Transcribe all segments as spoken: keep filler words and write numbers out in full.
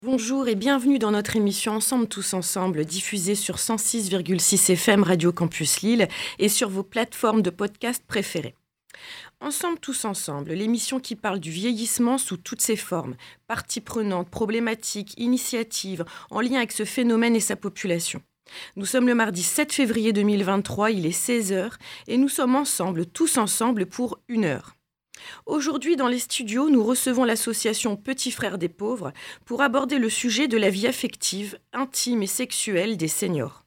Bonjour et bienvenue dans notre émission Ensemble tous ensemble, diffusée sur cent six virgule six F M Radio Campus Lille et sur vos plateformes de podcast préférées. Ensemble tous ensemble, l'émission qui parle du vieillissement sous toutes ses formes, parties prenantes, problématiques, initiatives, en lien avec ce phénomène et sa population. Nous sommes le mardi sept février deux mille vingt-trois, il est seize heures et nous sommes ensemble, tous ensemble pour une heure. Aujourd'hui, dans les studios, nous recevons l'association Petits Frères des Pauvres pour aborder le sujet de la vie affective, intime et sexuelle des seniors.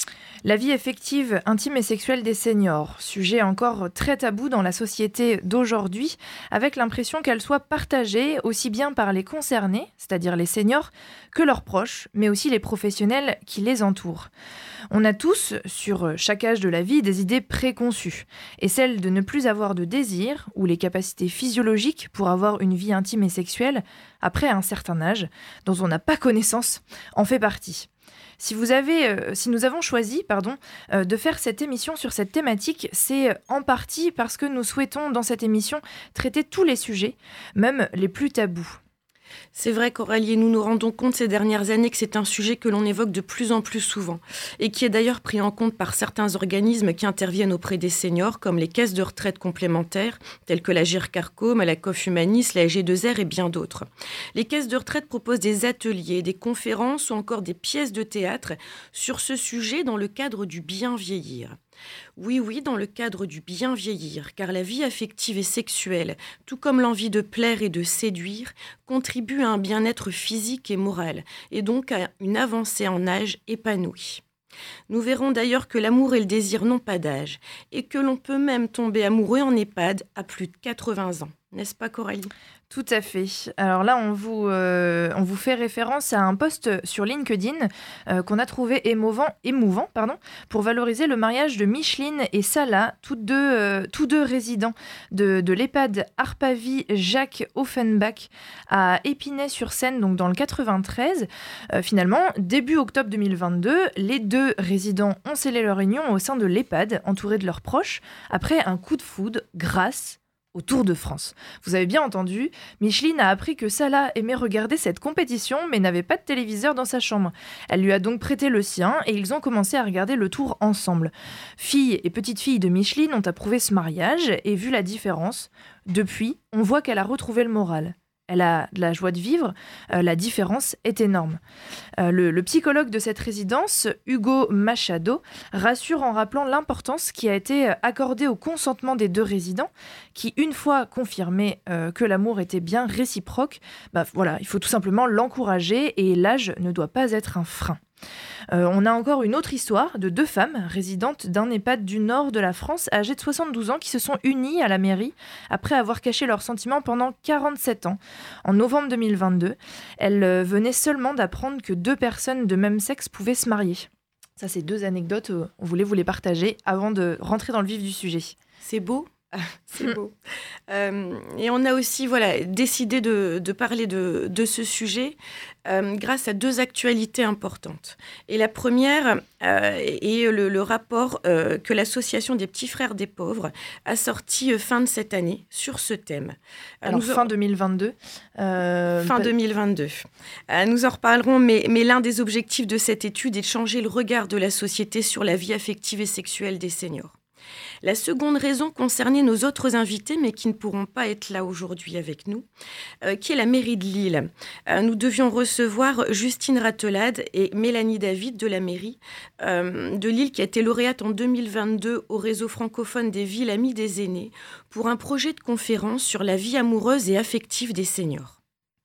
La vie affective, intime et sexuelle des seniors, sujet encore très tabou dans la société d'aujourd'hui, avec l'impression qu'elle soit partagée aussi bien par les concernés, c'est-à-dire les seniors, que leurs proches, mais aussi les professionnels qui les entourent. On a tous, sur chaque âge de la vie, des idées préconçues, et celle de ne plus avoir de désir ou les capacités physiologiques pour avoir une vie intime et sexuelle après un certain âge, dont on n'a pas connaissance, en fait partie. Si, vous avez, euh, si nous avons choisi pardon, euh, de faire cette émission sur cette thématique, c'est en partie parce que nous souhaitons dans cette émission traiter tous les sujets, même les plus tabous. C'est vrai qu'Aurélie, nous nous rendons compte ces dernières années que c'est un sujet que l'on évoque de plus en plus souvent et qui est d'ailleurs pris en compte par certains organismes qui interviennent auprès des seniors comme les caisses de retraite complémentaires telles que la GIRCARCOM, la C O F Humanis, la G deux R et bien d'autres. Les caisses de retraite proposent des ateliers, des conférences ou encore des pièces de théâtre sur ce sujet dans le cadre du bien vieillir. Oui, oui, dans le cadre du bien vieillir, car la vie affective et sexuelle, tout comme l'envie de plaire et de séduire, contribue à un bien-être physique et moral, et donc à une avancée en âge épanouie. Nous verrons d'ailleurs que l'amour et le désir n'ont pas d'âge, et que l'on peut même tomber amoureux en EHPAD à plus de quatre-vingts ans. N'est-ce pas, Coralie ? Tout à fait. Alors là, on vous, euh, on vous fait référence à un post sur LinkedIn euh, qu'on a trouvé émouvant, émouvant pardon, pour valoriser le mariage de Micheline et Salah, tous deux, euh, tous deux résidents de, de l'EHPAD Harpavie Jacques Offenbach à Épinay-sur-Seine, donc dans le quatre-vingt-treize. Euh, finalement, début octobre deux mille vingt-deux, les deux résidents ont scellé leur union au sein de l'EHPAD, entourés de leurs proches, après un coup de foudre grâce au Tour de France. Vous avez bien entendu, Micheline a appris que Salah aimait regarder cette compétition mais n'avait pas de téléviseur dans sa chambre. Elle lui a donc prêté le sien et ils ont commencé à regarder le Tour ensemble. Fille et petite-fille de Micheline ont approuvé ce mariage et vu la différence. Depuis, on voit qu'elle a retrouvé le moral. Elle a de la joie de vivre, euh, la différence est énorme. Euh, le, le psychologue de cette résidence, Hugo Machado, rassure en rappelant l'importance qui a été accordée au consentement des deux résidents, qui, une fois confirmé euh, que l'amour était bien réciproque, bah, voilà, il faut tout simplement l'encourager et l'âge ne doit pas être un frein. Euh, on a encore une autre histoire de deux femmes résidentes d'un EHPAD du nord de la France âgées de soixante-douze ans qui se sont unies à la mairie après avoir caché leurs sentiments pendant quarante-sept ans. En novembre deux mille vingt-deux, elles euh, venaient seulement d'apprendre que deux personnes de même sexe pouvaient se marier. Ça, c'est deux anecdotes, euh, on voulait vous les partager avant de rentrer dans le vif du sujet. C'est beau. Ah, c'est beau. Euh, et on a aussi voilà, décidé de, de parler de, de ce sujet euh, grâce à deux actualités importantes. Et la première euh, est le, le rapport euh, que l'Association des Petits Frères des Pauvres a sorti euh, fin de cette année sur ce thème. Alors, nous fin deux mille vingt-deux. Euh, fin deux mille vingt-deux. Euh, nous en reparlerons, mais, mais l'un des objectifs de cette étude est de changer le regard de la société sur la vie affective et sexuelle des seniors. La seconde raison concernait nos autres invités, mais qui ne pourront pas être là aujourd'hui avec nous, euh, qui est la mairie de Lille. Euh, nous devions recevoir Justine Rattelade et Mélanie David de la mairie euh, de Lille, qui a été lauréate en deux mille vingt-deux au réseau francophone des villes amies des aînés, pour un projet de conférence sur la vie amoureuse et affective des seniors.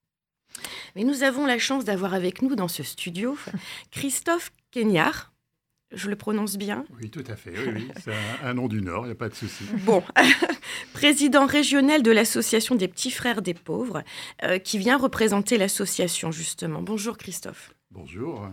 Mais nous avons la chance d'avoir avec nous dans ce studio Christophe Queignard. Je le prononce bien ? Oui, tout à fait. Oui, oui. C'est un, un nom du Nord, il n'y a pas de souci. Bon, président régional de l'Association des Petits Frères des Pauvres, euh, qui vient représenter l'association, justement. Bonjour, Christophe. Bonjour.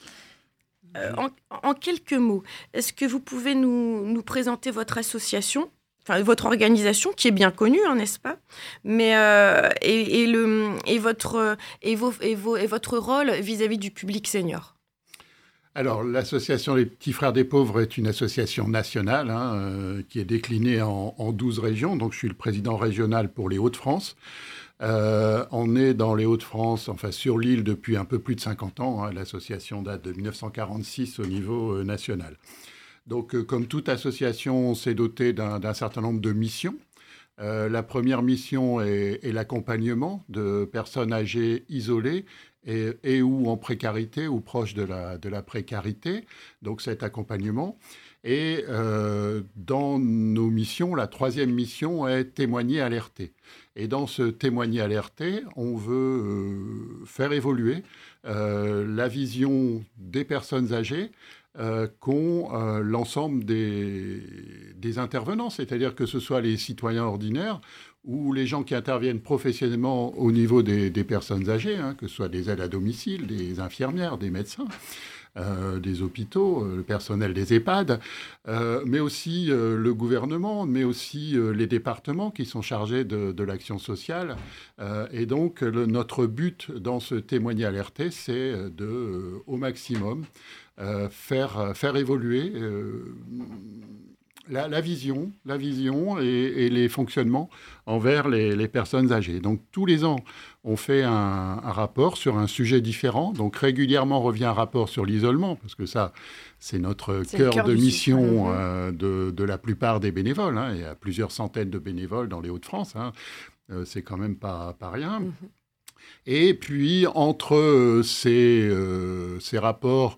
Euh, en, en quelques mots, est-ce que vous pouvez nous, nous présenter votre association ? Enfin, votre organisation, qui est bien connue, hein, n'est-ce pas ? Mais, euh, et, et, le, et, votre, et, vos, et, vos, et votre rôle vis-à-vis du public senior ? Alors, l'association des Petits Frères des Pauvres est une association nationale hein, euh, qui est déclinée en, en douze régions. Donc, je suis le président régional pour les Hauts-de-France. Euh, on est dans les Hauts-de-France, enfin sur l'île depuis un peu plus de cinquante ans. Hein. L'association date de dix-neuf cent quarante-six au niveau euh, national. Donc, euh, comme toute association, on s'est doté d'un, d'un certain nombre de missions. Euh, la première mission est, est l'accompagnement de personnes âgées isolées et, et ou en précarité ou proches de la, de la précarité. Donc, cet accompagnement. Et euh, dans nos missions, la troisième mission est témoigner, alerter. Et dans ce témoigner, alerter, on veut euh, faire évoluer euh, la vision des personnes âgées euh, qu'ont euh, l'ensemble des, des intervenants, c'est-à-dire que ce soit les citoyens ordinaires ou les gens qui interviennent professionnellement au niveau des, des personnes âgées, hein, que ce soit des aides à domicile, des infirmières, des médecins. Euh, des hôpitaux, euh, le personnel des EHPAD, euh, mais aussi euh, le gouvernement, mais aussi euh, les départements qui sont chargés de, de l'action sociale. Euh, et donc, le, notre but dans ce témoigner alerté, c'est de, euh, au maximum, euh, faire, faire évoluer euh, la, la vision, la vision et, et les fonctionnements envers les, les personnes âgées. Donc, tous les ans, on fait un, un rapport sur un sujet différent. Donc, régulièrement revient un rapport sur l'isolement, parce que ça, c'est notre c'est cœur, cœur de mission euh, de, de la plupart des bénévoles. Hein. Il y a plusieurs centaines de bénévoles dans les Hauts-de-France. Hein. Euh, c'est quand même pas, pas rien. Mmh. Et puis, entre euh, ces, euh, ces rapports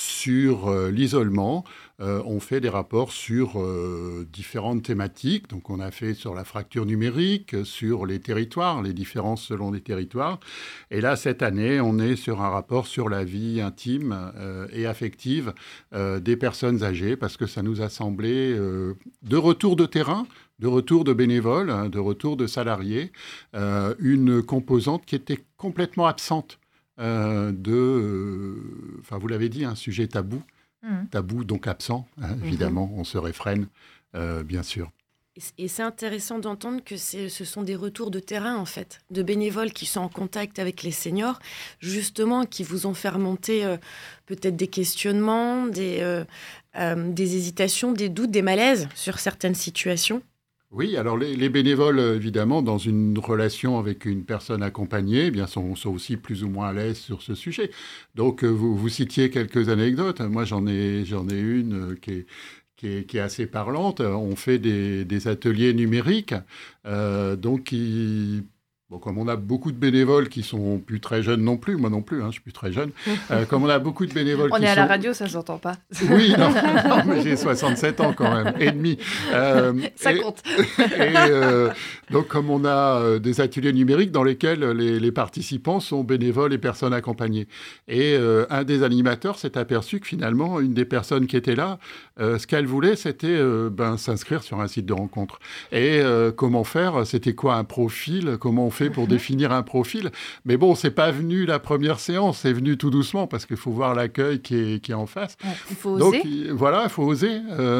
sur euh, l'isolement, euh, on fait des rapports sur euh, différentes thématiques. Donc, on a fait sur la fracture numérique, sur les territoires, les différences selon les territoires. Et là, cette année, on est sur un rapport sur la vie intime euh, et affective euh, des personnes âgées, parce que ça nous a semblé, euh, de retour de terrain, de retour de bénévoles, de retour de salariés, euh, une composante qui était complètement absente euh, de... Enfin, euh, vous l'avez dit, un sujet tabou. Mmh. Tabou, donc absent, hein, évidemment, mmh. on se réfrène, euh, bien sûr. Et c'est intéressant d'entendre que c'est, ce sont des retours de terrain, en fait, de bénévoles qui sont en contact avec les seniors, justement, qui vous ont fait remonter euh, peut-être des questionnements, des, euh, euh, des hésitations, des doutes, des malaises sur certaines situations. Oui, alors les, les bénévoles, évidemment, dans une relation avec une personne accompagnée, eh bien, sont, sont aussi plus ou moins à l'aise sur ce sujet. Donc, vous, vous citiez quelques anecdotes. Moi, j'en ai, j'en ai une qui est, qui est, qui est assez parlante. On fait des, des ateliers numériques, euh, donc qui... Bon, comme on a beaucoup de bénévoles qui sont plus très jeunes non plus, moi non plus, hein, je suis plus très jeune. Euh, comme on a beaucoup de bénévoles on qui sont... On est à la radio, ça ne s'entend pas. Oui, non, non, mais j'ai soixante-sept ans quand même, et demi. Euh, ça et, compte. Et euh, donc, comme on a euh, des ateliers numériques dans lesquels les, les participants sont bénévoles et personnes accompagnées. Et euh, un des animateurs s'est aperçu que finalement, une des personnes qui était là, euh, ce qu'elle voulait, c'était euh, ben, s'inscrire sur un site de rencontre. Et euh, comment faire? C'était quoi un profil? Comment on fait pour définir un profil? Mais bon, c'est pas venu la première séance, c'est venu tout doucement parce qu'il faut voir l'accueil qui est, qui est en face. Ouais, il faut donc, oser. Il, voilà, il faut oser,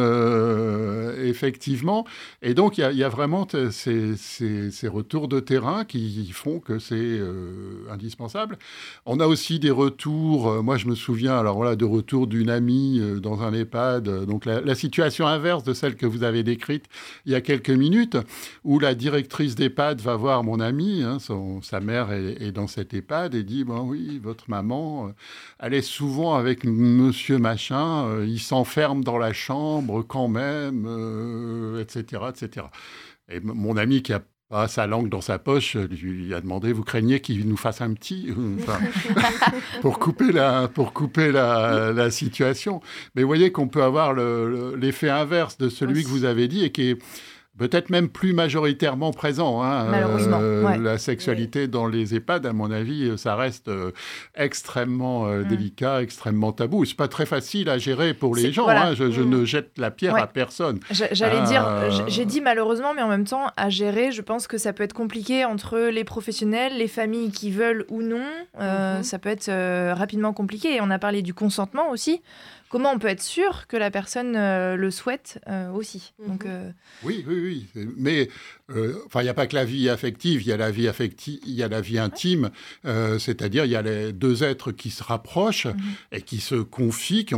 euh, effectivement. Et donc, il y a, y a vraiment t- ces, ces, ces retours de terrain qui font que c'est euh, indispensable. On a aussi des retours, euh, moi je me souviens, alors voilà, de retour d'une amie euh, dans un EHPAD, euh, donc la, la situation inverse de celle que vous avez décrite il y a quelques minutes, où la directrice d'EHPAD va voir mon amie. Hein, son, sa mère est, est dans cet EHPAD et dit bon, oui, votre maman, euh, elle est souvent avec monsieur machin, euh, il s'enferme dans la chambre quand même, euh, et cetera, et cetera. Et m- mon ami qui a pas sa langue dans sa poche lui a demandé vous craignez qu'il nous fasse un petit enfin, pour couper la pour couper la, la situation. Mais vous voyez qu'on peut avoir le, le, l'effet inverse de celui oui. que vous avez dit et qui est peut-être même plus majoritairement présent. Hein. Malheureusement. Euh, ouais. La sexualité oui. dans les EHPAD, à mon avis, ça reste euh, extrêmement euh, mmh. délicat, extrêmement tabou. C'est pas très facile à gérer pour les c'est, gens. Voilà. Hein. Je, je mmh. ne jette la pierre ouais. à personne. J'allais euh... dire, j'ai dit malheureusement, mais en même temps, à gérer, je pense que ça peut être compliqué entre les professionnels, les familles qui veulent ou non. Euh, mmh. Ça peut être euh, rapidement compliqué. Et on a parlé du consentement aussi. Comment on peut être sûr que la personne euh, le souhaite euh, aussi. Mm-hmm. Donc, euh... Oui, oui, oui. Mais euh, il n'y a pas que la vie affective, il y a la vie affective, il y a la vie intime. Euh, c'est-à-dire, il y a les deux êtres qui se rapprochent mm-hmm. et qui se confient, qui ont des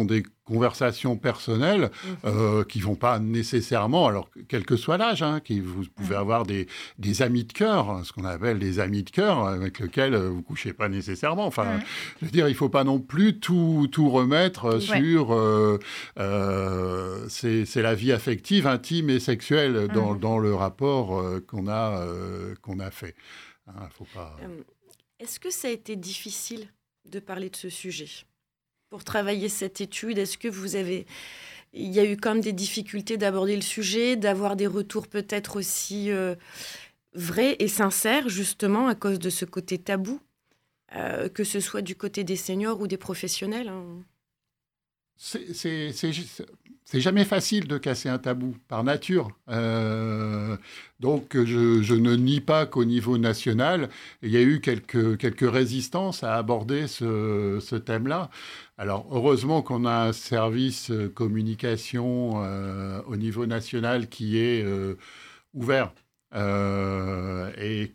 conversations personnelles mmh. euh, qui ne vont pas nécessairement, alors quel que soit l'âge, hein, qui, vous pouvez mmh. avoir des, des amis de cœur, ce qu'on appelle des amis de cœur, avec lesquels vous ne couchez pas nécessairement. Enfin, mmh. je veux dire, il ne faut pas non plus tout, tout remettre ouais. sur... Euh, euh, c'est, c'est la vie affective, intime et sexuelle dans, mmh. dans le rapport euh, qu'on, a, euh, qu'on a fait. Hein, faut pas... euh, est-ce que ça a été difficile de parler de ce sujet ? Pour travailler cette étude, est-ce que vous avez... Il y a eu quand même des difficultés d'aborder le sujet, d'avoir des retours peut-être aussi euh, vrais et sincères, justement, à cause de ce côté tabou, euh, que ce soit du côté des seniors ou des professionnels, hein. C'est, c'est, c'est, c'est jamais facile de casser un tabou, par nature. Euh, donc, je, je ne nie pas qu'au niveau national, il y a eu quelques, quelques résistances à aborder ce, ce thème-là. Alors, heureusement qu'on a un service communication euh, au niveau national qui est euh, ouvert euh, et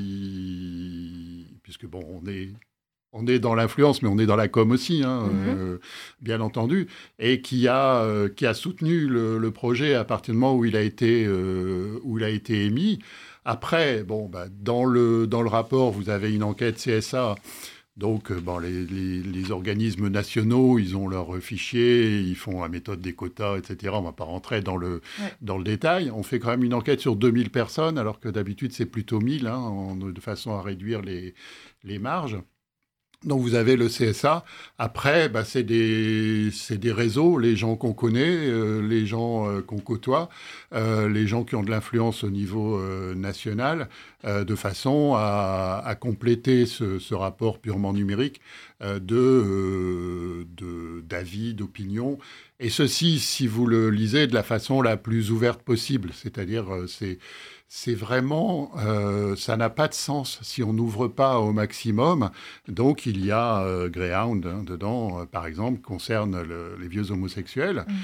qui... Puisque, bon, on est... On est dans l'influence, mais on est dans la com aussi, hein, mmh. euh, bien entendu, et qui a, euh, qui a soutenu le, le projet à partir du moment où il a été, euh, où il a été émis. Après, bon, bah, dans, le, dans le rapport, vous avez une enquête C S A. Donc, euh, bon, les, les, les organismes nationaux, ils ont leur fichier, ils font la méthode des quotas, et cetera. On ne va pas rentrer dans le, ouais. dans le détail. On fait quand même une enquête sur deux mille personnes, alors que d'habitude, c'est plutôt mille, hein, en, de façon à réduire les, les marges. Donc, vous avez le C S A. Après, bah, c'est des, c'est des réseaux, les gens qu'on connaît, euh, les gens euh, qu'on côtoie, euh, les gens qui ont de l'influence au niveau euh, national, euh, de façon à, à compléter ce, ce rapport purement numérique euh, de, euh, de, d'avis, d'opinions. Et ceci, si vous le lisez de la façon la plus ouverte possible, c'est-à-dire, euh, c'est... C'est vraiment, euh, ça n'a pas de sens si on n'ouvre pas au maximum. Donc, il y a euh, Greyhound hein, dedans, euh, par exemple, concerne le, les vieux homosexuels. Mmh.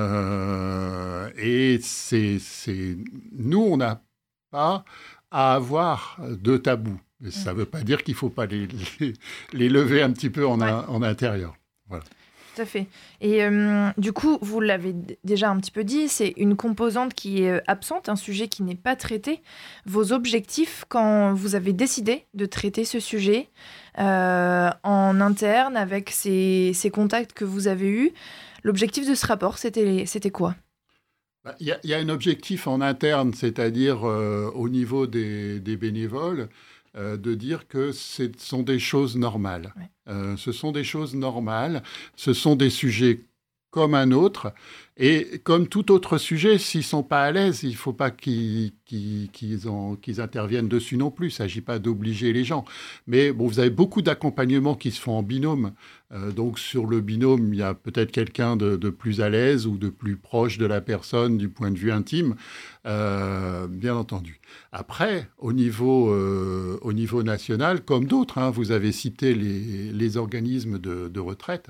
Euh, et c'est, c'est, nous, on n'a pas à avoir de tabou. Mais mmh. ça ne veut pas dire qu'il ne faut pas les, les, les lever un petit peu en, ouais. a, en intérieur. Voilà. Tout à fait. Et euh, du coup, vous l'avez d- déjà un petit peu dit, c'est une composante qui est absente, un sujet qui n'est pas traité. Vos objectifs, quand vous avez décidé de traiter ce sujet euh, en interne, avec ces, ces contacts que vous avez eus, l'objectif de ce rapport, c'était, c'était quoi ? Il y, y a un objectif en interne, c'est-à-dire euh, au niveau des, des bénévoles, euh, de dire que ce sont des choses normales. Ouais. Euh, ce sont des choses normales, ce sont des sujets comme un autre, et comme tout autre sujet, s'ils ne sont pas à l'aise, il ne faut pas qu'ils, qu'ils, qu'ils, en, qu'ils interviennent dessus non plus. Il ne s'agit pas d'obliger les gens. Mais bon, vous avez beaucoup d'accompagnements qui se font en binôme. Euh, donc sur le binôme, il y a peut-être quelqu'un de, de plus à l'aise ou de plus proche de la personne du point de vue intime, euh, bien entendu. Après, au niveau, euh, au niveau national, comme d'autres, hein, vous avez cité les, les organismes de, de retraite.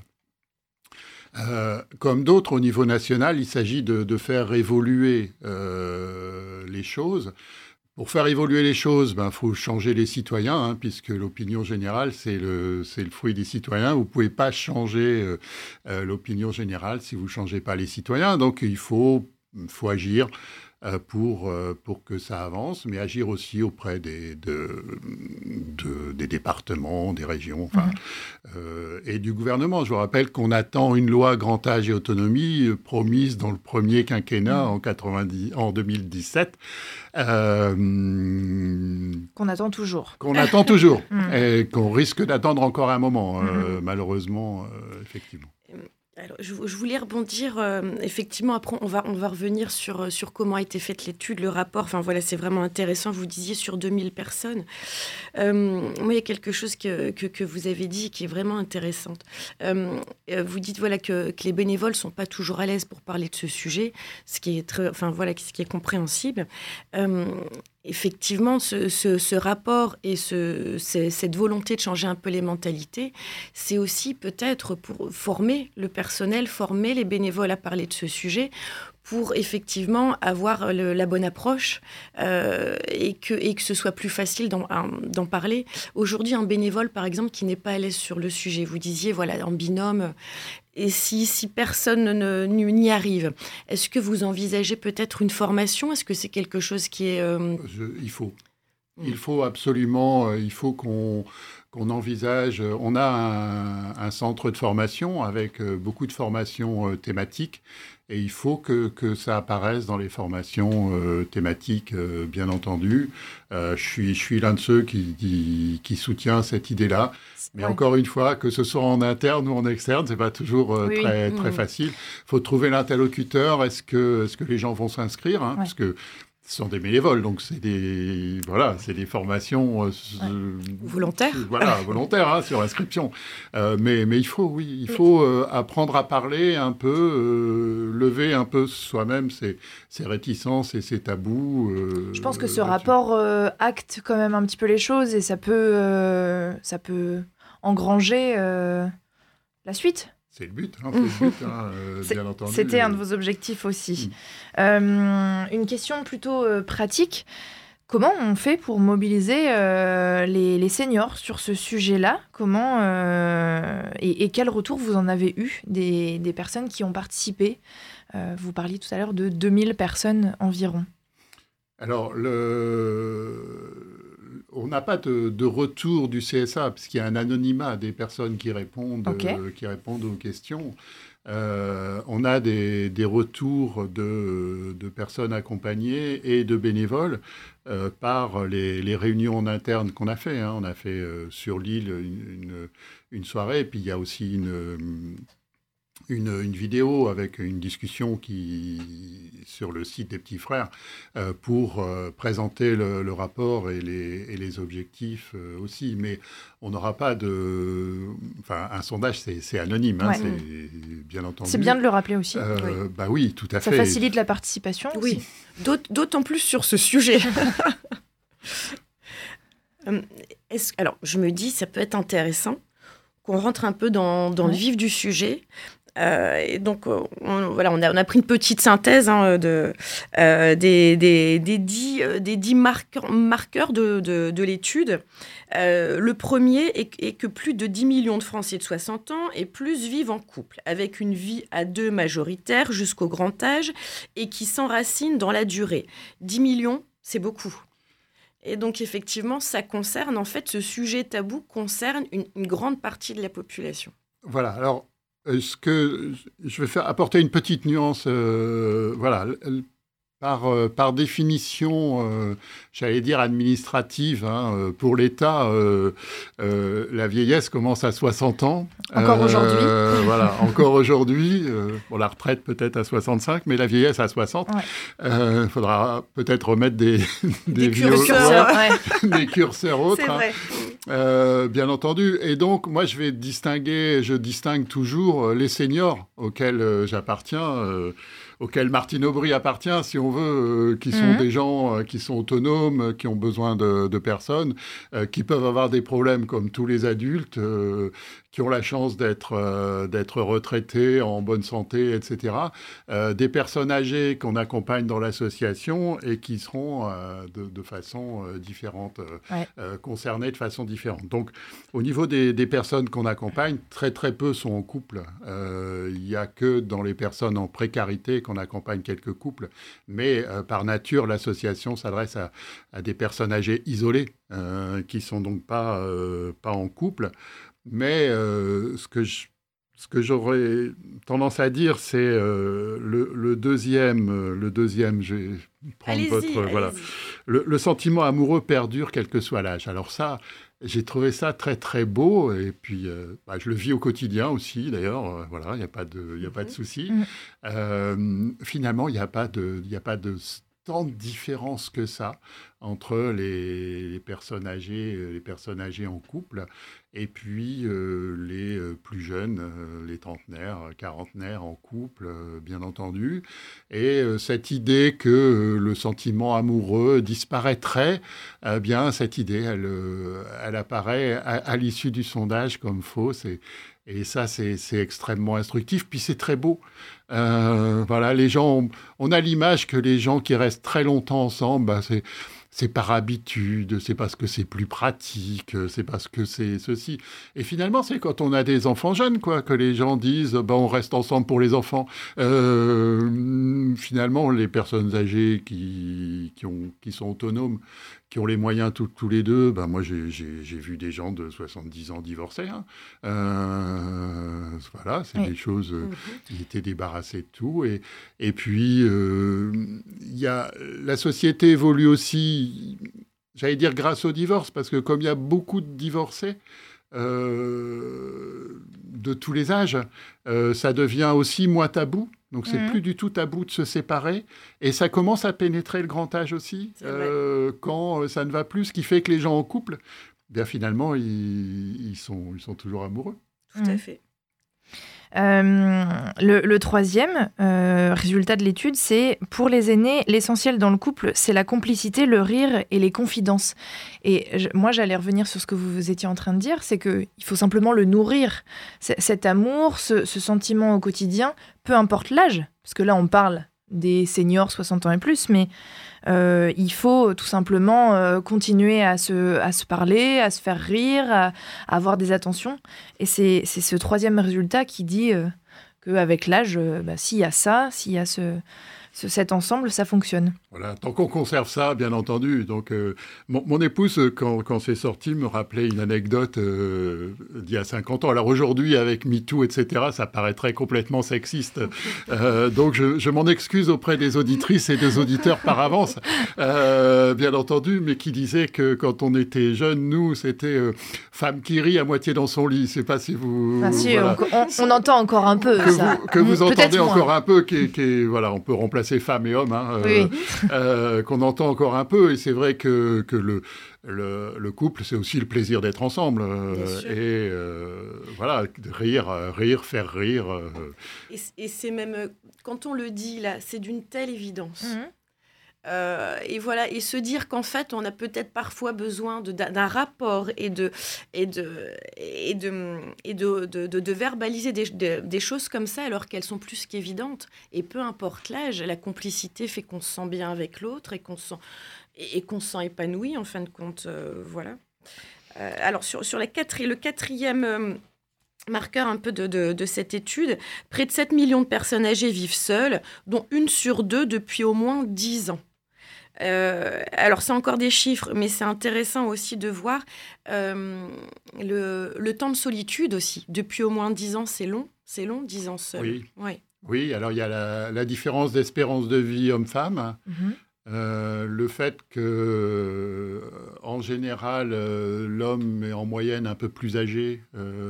Euh, comme d'autres, au niveau national, il s'agit de, de faire évoluer euh, les choses. Pour faire évoluer les choses, ben, faut changer les citoyens, hein, puisque l'opinion générale, c'est le, c'est le fruit des citoyens. Vous ne pouvez pas changer euh, euh, l'opinion générale si vous ne changez pas les citoyens. Donc, il faut, faut agir euh, pour, euh, pour que ça avance, mais agir aussi auprès des, de, de, des départements, des régions, enfin, mmh. euh, et du gouvernement. Je vous rappelle qu'on attend une loi grand âge et autonomie euh, promise dans le premier quinquennat mmh. en, quatre-vingt-dix, en deux mille dix-sept. Euh, qu'on attend toujours. Qu'on attend toujours, mmh. et qu'on risque d'attendre encore un moment, euh, mmh. malheureusement, euh, effectivement. Alors, je, je voulais rebondir, euh, effectivement, après on va, on va revenir sur, sur comment a été faite l'étude, le rapport, enfin voilà, c'est vraiment intéressant, vous disiez sur deux mille personnes. Euh, moi, il y a quelque chose que, que, que vous avez dit qui est vraiment intéressant. Euh, vous dites voilà, que, que les bénévoles ne sont pas toujours à l'aise pour parler de ce sujet, ce qui est, très, enfin, voilà, ce qui est compréhensible. Euh, Effectivement, ce, ce, ce rapport et ce, ce, cette volonté de changer un peu les mentalités, c'est aussi peut-être pour former le personnel, former les bénévoles à parler de ce sujet, pour effectivement avoir le, la bonne approche euh, et, que, et que ce soit plus facile d'en, d'en parler. Aujourd'hui, un bénévole, par exemple, qui n'est pas à l'aise sur le sujet, vous disiez, voilà, en binôme, et si, si personne ne, n'y arrive, est-ce que vous envisagez peut-être une formation ? Est-ce que c'est quelque chose qui est... Euh... Je, il faut. Il faut absolument, il faut qu'on, qu'on envisage. On a un, un centre de formation avec beaucoup de formations thématiques et il faut que, que ça apparaisse dans les formations euh, thématiques, euh, bien entendu. Euh, je suis, je suis l'un de ceux qui, qui, qui soutient cette idée-là. Mais ouais. Encore une fois, que ce soit en interne ou en externe, c'est pas toujours euh, oui. très, très mmh. facile. Il faut trouver l'interlocuteur. Est-ce que, est-ce que les gens vont s'inscrire hein, ouais. Parce que ce sont des bénévoles, donc c'est des, voilà, c'est des formations euh, ouais. volontaires. Euh, voilà, volontaires hein, sur inscription. Euh, mais, mais il faut, oui, il faut euh, apprendre à parler un peu, euh, lever un peu soi-même ses, ses réticences et ses tabous. Euh, Je pense que ce rapport euh, acte quand même un petit peu les choses et ça peut, euh, ça peut engranger euh, la suite. C'est le but, hein, c'est le but hein, euh, bien entendu. C'était un de vos objectifs aussi. Mmh. Euh, une question plutôt euh, pratique. Comment on fait pour mobiliser euh, les, les seniors sur ce sujet-là ? Comment euh, et, et quel retour vous en avez eu des, des personnes qui ont participé ? euh, Vous parliez tout à l'heure de deux mille personnes environ. Alors, le... on n'a pas de, de retour du C S A, puisqu'il y a un anonymat des personnes qui répondent, okay. euh, qui répondent aux questions. Euh, on a des, des retours de, de personnes accompagnées et de bénévoles euh, par les, les réunions en interne qu'on a fait. Hein. On a fait euh, sur l'île une, une, une soirée, et puis il y a aussi une... Une, une vidéo avec une discussion qui, sur le site des Petits Frères euh, pour euh, présenter le, le rapport et les, et les objectifs euh, aussi. Mais on n'aura pas de... Enfin, un sondage, c'est, c'est anonyme, hein, ouais. c'est bien entendu. C'est bien de le rappeler aussi. Euh, oui. Bah oui, tout à Ça fait. Ça facilite la participation oui. aussi. D'aut- d'autant plus sur ce sujet. Est-ce, alors, je me dis, ça peut être intéressant qu'on rentre un peu dans, dans ouais. le vif du sujet. Euh, et donc, on, voilà, on a, on a pris une petite synthèse hein, de, euh, des, des, des dix, des dix marqueurs, marqueurs de, de, de l'étude. Euh, le premier est, est que plus de dix millions de Français de soixante ans et plus vivent en couple, avec une vie à deux majoritaire jusqu'au grand âge et qui s'enracinent dans la durée. dix millions, c'est beaucoup. Et donc, effectivement, ça concerne, en fait, ce sujet tabou concerne une, une grande partie de la population. Voilà, alors... Ce que je vais faire apporter une petite nuance, euh, voilà, par, euh, par définition, euh, j'allais dire administrative, hein, pour l'État, euh, euh, la vieillesse commence à soixante ans. Encore euh, aujourd'hui. Voilà, encore aujourd'hui. Euh, bon, la retraite peut-être à soixante-cinq, mais la vieillesse à soixante. Il ouais. euh, faudra peut-être remettre des, des, des curseurs, ouais. des curseurs autres. C'est vrai. Hein. Euh, bien entendu. Et donc, moi, je vais distinguer, je distingue toujours les seniors auxquels euh, j'appartiens, euh, auxquels Martine Aubry appartient, si on veut, euh, qui sont mmh. des gens euh, qui sont autonomes, qui ont besoin de, de personnes, euh, qui peuvent avoir des problèmes comme tous les adultes, euh, qui ont la chance d'être, euh, d'être retraités, en bonne santé, et cetera. Euh, des personnes âgées qu'on accompagne dans l'association et qui seront euh, de, de façon euh, différente, euh, ouais. euh, concernées de façon différente. Donc, au niveau des, des personnes qu'on accompagne, très très peu sont en couple. Euh, il n'y a que dans les personnes en précarité qu'on accompagne quelques couples, mais euh, par nature, l'association s'adresse à, à des personnes âgées isolées, euh, qui ne sont donc pas, euh, pas en couple. Mais euh, ce que je, ce que j'aurais tendance à dire, c'est euh, le, le deuxième, le deuxième, je vais prendre allez-y, votre, allez-y. voilà, le, le sentiment amoureux perdure quel que soit l'âge. Alors ça, j'ai trouvé ça très très beau et puis euh, bah, je le vis au quotidien aussi d'ailleurs. Euh, voilà, il n'y a pas de, il y a pas de souci. Mmh. Euh, finalement, il n'y a pas de, il y a pas de tant de différence que ça entre les, les personnes âgées, les personnes âgées en couple et puis euh, les plus jeunes, euh, les trentenaires, quarantenaires en couple, euh, bien entendu. Et euh, cette idée que euh, le sentiment amoureux disparaîtrait, eh bien, cette idée, elle, euh, elle apparaît à, à l'issue du sondage comme fausse. Et, et ça, c'est, c'est extrêmement instructif. Puis c'est très beau. Euh, voilà, les gens, on, on a l'image que les gens qui restent très longtemps ensemble, bah, c'est... c'est par habitude, c'est parce que c'est plus pratique, c'est parce que c'est ceci. Et finalement, c'est quand on a des enfants jeunes, quoi, que les gens disent ben, on reste ensemble pour les enfants. Euh, finalement, les personnes âgées qui, qui, ont, qui sont autonomes, qui ont les moyens tous, tous les deux, ben moi j'ai, j'ai, j'ai vu des gens de soixante-dix ans divorcés. Hein. Euh, voilà, c'est oui. des choses, euh, mm-hmm. ils étaient débarrassés de tout. Et, et puis, euh, y a, la société évolue aussi, j'allais dire grâce au divorce, parce que comme il y a beaucoup de divorcés, euh, de tous les âges, euh, ça devient aussi moins tabou. Donc, c'est mmh. plus du tout tabou de se séparer. Et ça commence à pénétrer le grand âge aussi, euh, quand ça ne va plus. Ce qui fait que les gens en couple, bien finalement, ils, ils, sont, ils sont toujours amoureux. Tout mmh. à fait. Euh, le, le troisième euh, résultat de l'étude, c'est pour les aînés, l'essentiel dans le couple, c'est la complicité, le rire et les confidences. Et je, moi, j'allais revenir sur ce que vous, vous étiez en train de dire, c'est qu'il faut simplement le nourrir. C'est, cet amour, ce, ce sentiment au quotidien, peu importe l'âge, parce que là, on parle des seniors soixante ans et plus, mais euh, il faut tout simplement euh, continuer à se, à se parler, à se faire rire, à, à avoir des attentions. Et c'est, c'est ce troisième résultat qui dit euh, qu'avec l'âge, euh, bah, s'il y a ça, s'il y a ce, ce, cet ensemble, ça fonctionne. Voilà, tant qu'on conserve ça, bien entendu. Donc, euh, mon, mon épouse, quand, quand c'est sorti, me rappelait une anecdote euh, d'il y a cinquante ans. Alors aujourd'hui, avec MeToo, et cetera, ça paraîtrait complètement sexiste. Euh, donc, je, je m'en excuse auprès des auditrices et des auditeurs par avance, euh, bien entendu, mais qui disaient que quand on était jeunes, nous, c'était euh, femme qui rit à moitié dans son lit. Je ne sais pas si vous... Ah, si, voilà. on, on, on entend encore un peu que ça. Vous, que vous entendez encore un peu, qui, qui, voilà, on peut remplacer femme et homme, hein, oui. euh, Euh, qu'on entend encore un peu, et c'est vrai que, que le, le, le couple, c'est aussi le plaisir d'être ensemble, euh, et euh, voilà, rire, rire, faire rire. Euh. Et, et c'est même, quand on le dit là, c'est d'une telle évidence. Mmh. Euh, et voilà, et se dire qu'en fait, on a peut-être parfois besoin de, d'un, d'un rapport et de, et de, et de, et de, de, de, de verbaliser des, de, des choses comme ça alors qu'elles sont plus qu'évidentes. Et peu importe l'âge, la complicité fait qu'on se sent bien avec l'autre et qu'on se sent, et, et qu'on se sent épanoui en fin de compte. Euh, voilà. Euh, alors, sur, sur la quatri- le quatrième... Euh, marqueur un peu de, de, de cette étude, près de sept millions de personnes âgées vivent seules, dont une sur deux depuis au moins dix ans. Euh, alors, c'est encore des chiffres, mais c'est intéressant aussi de voir euh, le, le temps de solitude aussi. Depuis au moins dix ans, c'est long, c'est long, dix ans seul. Oui, ouais. oui, alors il y a la, la différence d'espérance de vie homme-femme. Mm-hmm. Euh, le fait que, euh, en général, euh, l'homme est en moyenne un peu plus âgé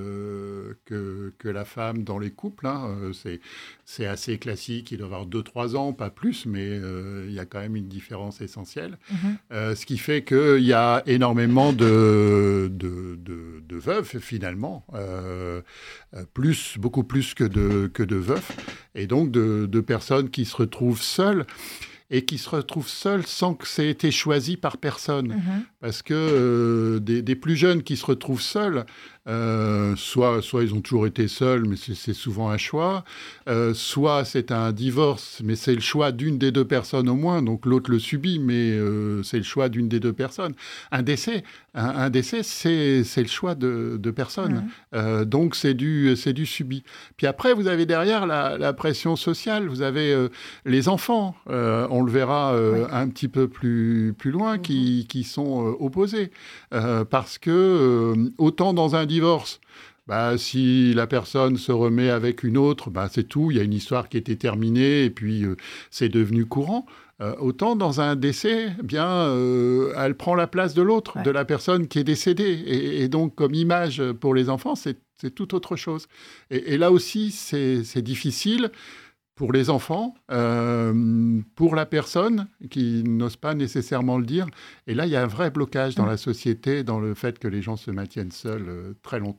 euh, que, que la femme dans les couples, hein. euh, c'est, c'est assez classique, il doit avoir deux trois ans, pas plus, mais euh, il y a quand même une différence essentielle. Mmh. Euh, ce qui fait qu'il y a énormément de, de, de, de veuves, finalement, euh, plus, beaucoup plus que de, que de veufs, et donc de, de personnes qui se retrouvent seules, et qui se retrouvent seuls sans que ça ait été choisi par personne. Mmh. Parce que euh, des, des plus jeunes qui se retrouvent seuls, euh, soit, soit ils ont toujours été seuls, mais c'est, c'est souvent un choix, euh, soit c'est un divorce, mais c'est le choix d'une des deux personnes au moins, donc l'autre le subit, mais euh, c'est le choix d'une des deux personnes. Un décès, un, un décès c'est, c'est le choix de, de personne, mmh. euh, donc c'est du, c'est du subi. Puis après, vous avez derrière la, la pression sociale, vous avez euh, les enfants, euh, on le verra euh, oui. un petit peu plus, plus loin, mmh. qui, qui sont euh, opposés, euh, parce que euh, autant dans un divorce, bah, si la personne se remet avec une autre, bah, c'est tout, il y a une histoire qui était terminée et puis euh, c'est devenu courant. Euh, autant dans un décès, eh bien, euh, elle prend la place de l'autre, ouais. de la personne qui est décédée. Et, et donc, comme image pour les enfants, c'est, c'est tout autre chose. Et, et là aussi, c'est, c'est difficile pour les enfants, euh, pour la personne qui n'ose pas nécessairement le dire. Et là, il y a un vrai blocage dans mmh. la société, dans le fait que les gens se maintiennent seuls euh, très longtemps.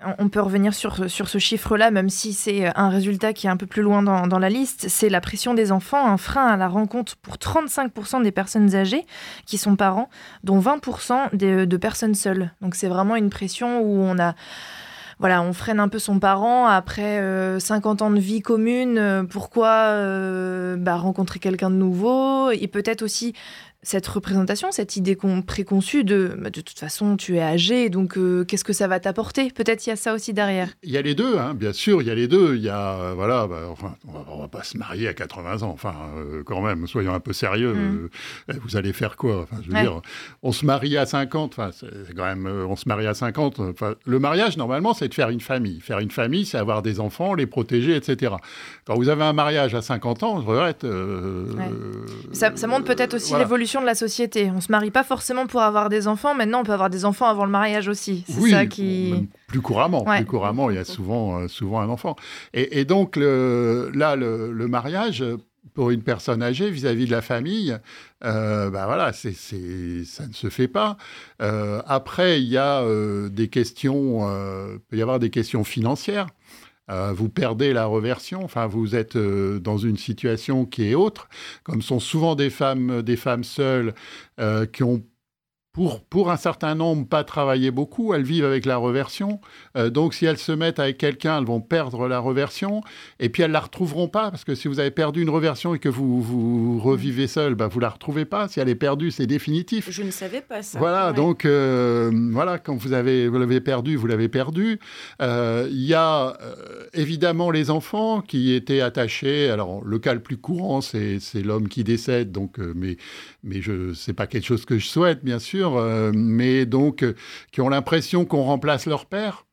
On peut revenir sur, sur ce chiffre-là, même si c'est un résultat qui est un peu plus loin dans, dans la liste. C'est la pression des enfants, un frein à la rencontre pour trente-cinq pour cent des personnes âgées qui sont parents, dont vingt pour cent de, de personnes seules. Donc c'est vraiment une pression où on a... Voilà, on freine un peu son parent après euh, cinquante ans de vie commune. Euh, pourquoi euh, bah, rencontrer quelqu'un de nouveau ? Et peut-être aussi cette représentation, cette idée qu'on, préconçue de bah, de toute façon, tu es âgé, donc euh, qu'est-ce que ça va t'apporter ? Peut-être il y a ça aussi derrière. Il y a les deux, hein, bien sûr, il y a les deux. Il y a, euh, voilà, bah, enfin, on va, on va pas se marier à quatre-vingts ans, enfin, euh, quand même, soyons un peu sérieux. Mm. Euh, vous allez faire quoi ? Enfin, je veux ouais. dire, on se marie à cinquante, enfin, c'est quand même, euh, on se marie à cinquante. Enfin, le mariage, normalement, c'est de faire une famille. Faire une famille, c'est avoir des enfants, les protéger, et cetera. Quand vous avez un mariage à cinquante ans, je regrette. Euh, ouais. ça, ça montre peut-être aussi voilà. l'évolution de la société. On se marie pas forcément pour avoir des enfants. Maintenant, on peut avoir des enfants avant le mariage aussi. C'est oui, ça qui... plus couramment. Ouais. Plus couramment, il y a souvent, euh, souvent un enfant. Et, et donc, le, là, le, le mariage, pour une personne âgée, vis-à-vis de la famille, euh, bah voilà, c'est, c'est, ça ne se fait pas. Euh, après, il y a euh, des questions, euh, peut y avoir des questions financières. Euh, vous perdez la reversion, enfin vous êtes euh, dans une situation qui est autre, comme sont souvent des femmes, des femmes seules euh, qui ont Pour, pour un certain nombre, pas travailler beaucoup, elles vivent avec la reversion. Euh, donc, si elles se mettent avec quelqu'un, elles vont perdre la reversion. Et puis, elles ne la retrouveront pas, parce que si vous avez perdu une reversion et que vous, vous revivez seul, bah, vous ne la retrouvez pas. Si elle est perdue, c'est définitif. Je ne savais pas ça. Voilà, ouais. donc, euh, voilà, quand vous, avez, vous l'avez perdu, vous l'avez perdu. Il euh, y a euh, évidemment les enfants qui étaient attachés. Alors, le cas le plus courant, c'est, c'est l'homme qui décède. Donc, euh, mais mais ce n'est pas quelque chose que je souhaite, bien sûr. Euh, mais donc, euh, qui ont l'impression qu'on remplace leur père,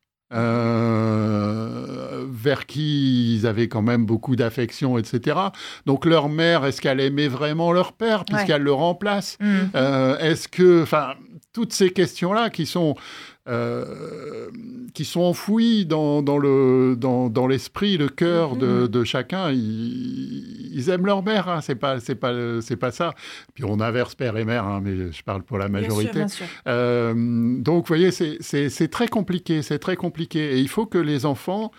euh, vers qui ils avaient quand même beaucoup d'affection, et cetera. Donc, leur mère, est-ce qu'elle aimait vraiment leur père, puisqu'elle ouais. le remplace mmh. euh, Est-ce que... Enfin, toutes ces questions-là qui sont... Euh, qui sont enfouis dans, dans, le, dans, dans l'esprit, le cœur mmh. de, de chacun. Ils, ils aiment leur mère, hein, c'est pas, c'est pas, c'est pas ça. Puis on inverse père et mère, hein, mais je parle pour la majorité. Bien sûr, bien sûr. Euh, donc, vous voyez, c'est, c'est, c'est très compliqué, c'est très compliqué. Et il faut que les enfants...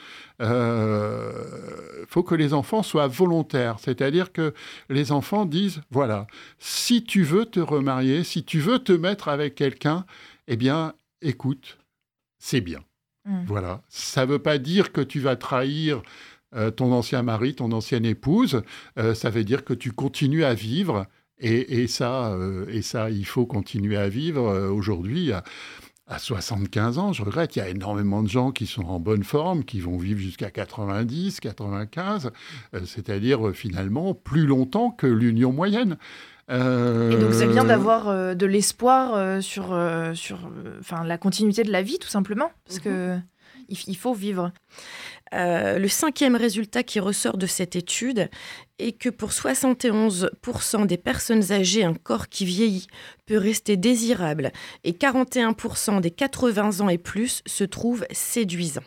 Euh, faut que les enfants soient volontaires, c'est-à-dire que les enfants disent, voilà, si tu veux te remarier, si tu veux te mettre avec quelqu'un, eh bien, écoute, c'est bien. Mmh. Voilà. Ça ne veut pas dire que tu vas trahir euh, ton ancien mari, ton ancienne épouse. Euh, ça veut dire que tu continues à vivre. Et, et, ça, euh, et ça, il faut continuer à vivre euh, aujourd'hui. À, à soixante-quinze ans, je regrette, il y a énormément de gens qui sont en bonne forme, qui vont vivre jusqu'à quatre-vingt-dix, quatre-vingt-quinze, euh, c'est-à-dire euh, finalement plus longtemps que l'union moyenne. Euh... Et donc c'est bien d'avoir euh, de l'espoir euh, sur, euh, sur euh, la continuité de la vie, tout simplement, parce mm-hmm. qu'il faut vivre. Euh, le cinquième résultat qui ressort de cette étude est que pour soixante et onze pour cent des personnes âgées, un corps qui vieillit peut rester désirable et quarante et un pour cent des quatre-vingts ans et plus se trouvent séduisants.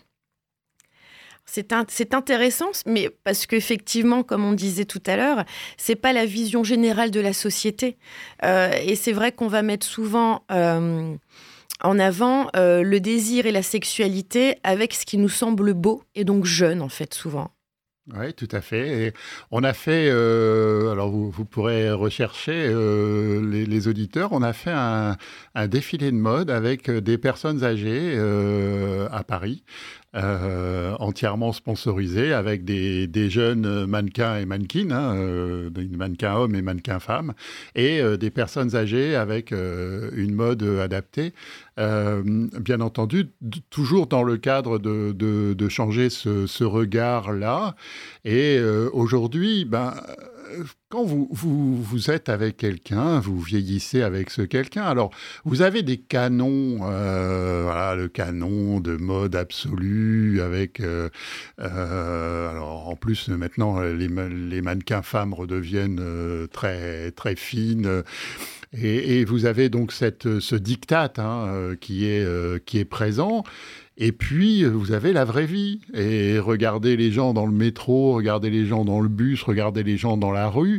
C'est, un, c'est intéressant, mais parce qu'effectivement, comme on disait tout à l'heure, c'est pas la vision générale de la société. Euh, et c'est vrai qu'on va mettre souvent euh, en avant euh, le désir et la sexualité avec ce qui nous semble beau et donc jeune, en fait, souvent. Oui, tout à fait. Et on a fait, euh, alors vous, vous pourrez rechercher euh, les, les auditeurs, on a fait un, un défilé de mode avec des personnes âgées euh, à Paris. Euh, entièrement sponsorisé avec des, des jeunes mannequins et mannequins, hein, euh, des mannequins hommes et mannequins femmes, et euh, des personnes âgées avec euh, une mode adaptée. Euh, bien entendu, d- toujours dans le cadre de, de, de changer ce, ce regard-là. Et euh, aujourd'hui, ben, quand vous, vous, vous êtes avec quelqu'un, vous vieillissez avec ce quelqu'un, alors vous avez des canons, euh, voilà, le canon de mode absolu, avec, euh, euh, alors en plus maintenant les, les mannequins femmes redeviennent euh, très, très fines, et, et vous avez donc cette, ce diktat hein, qui, est, euh, qui est présent. Et puis, vous avez la vraie vie. Et regardez les gens dans le métro, regardez les gens dans le bus, regardez les gens dans la rue.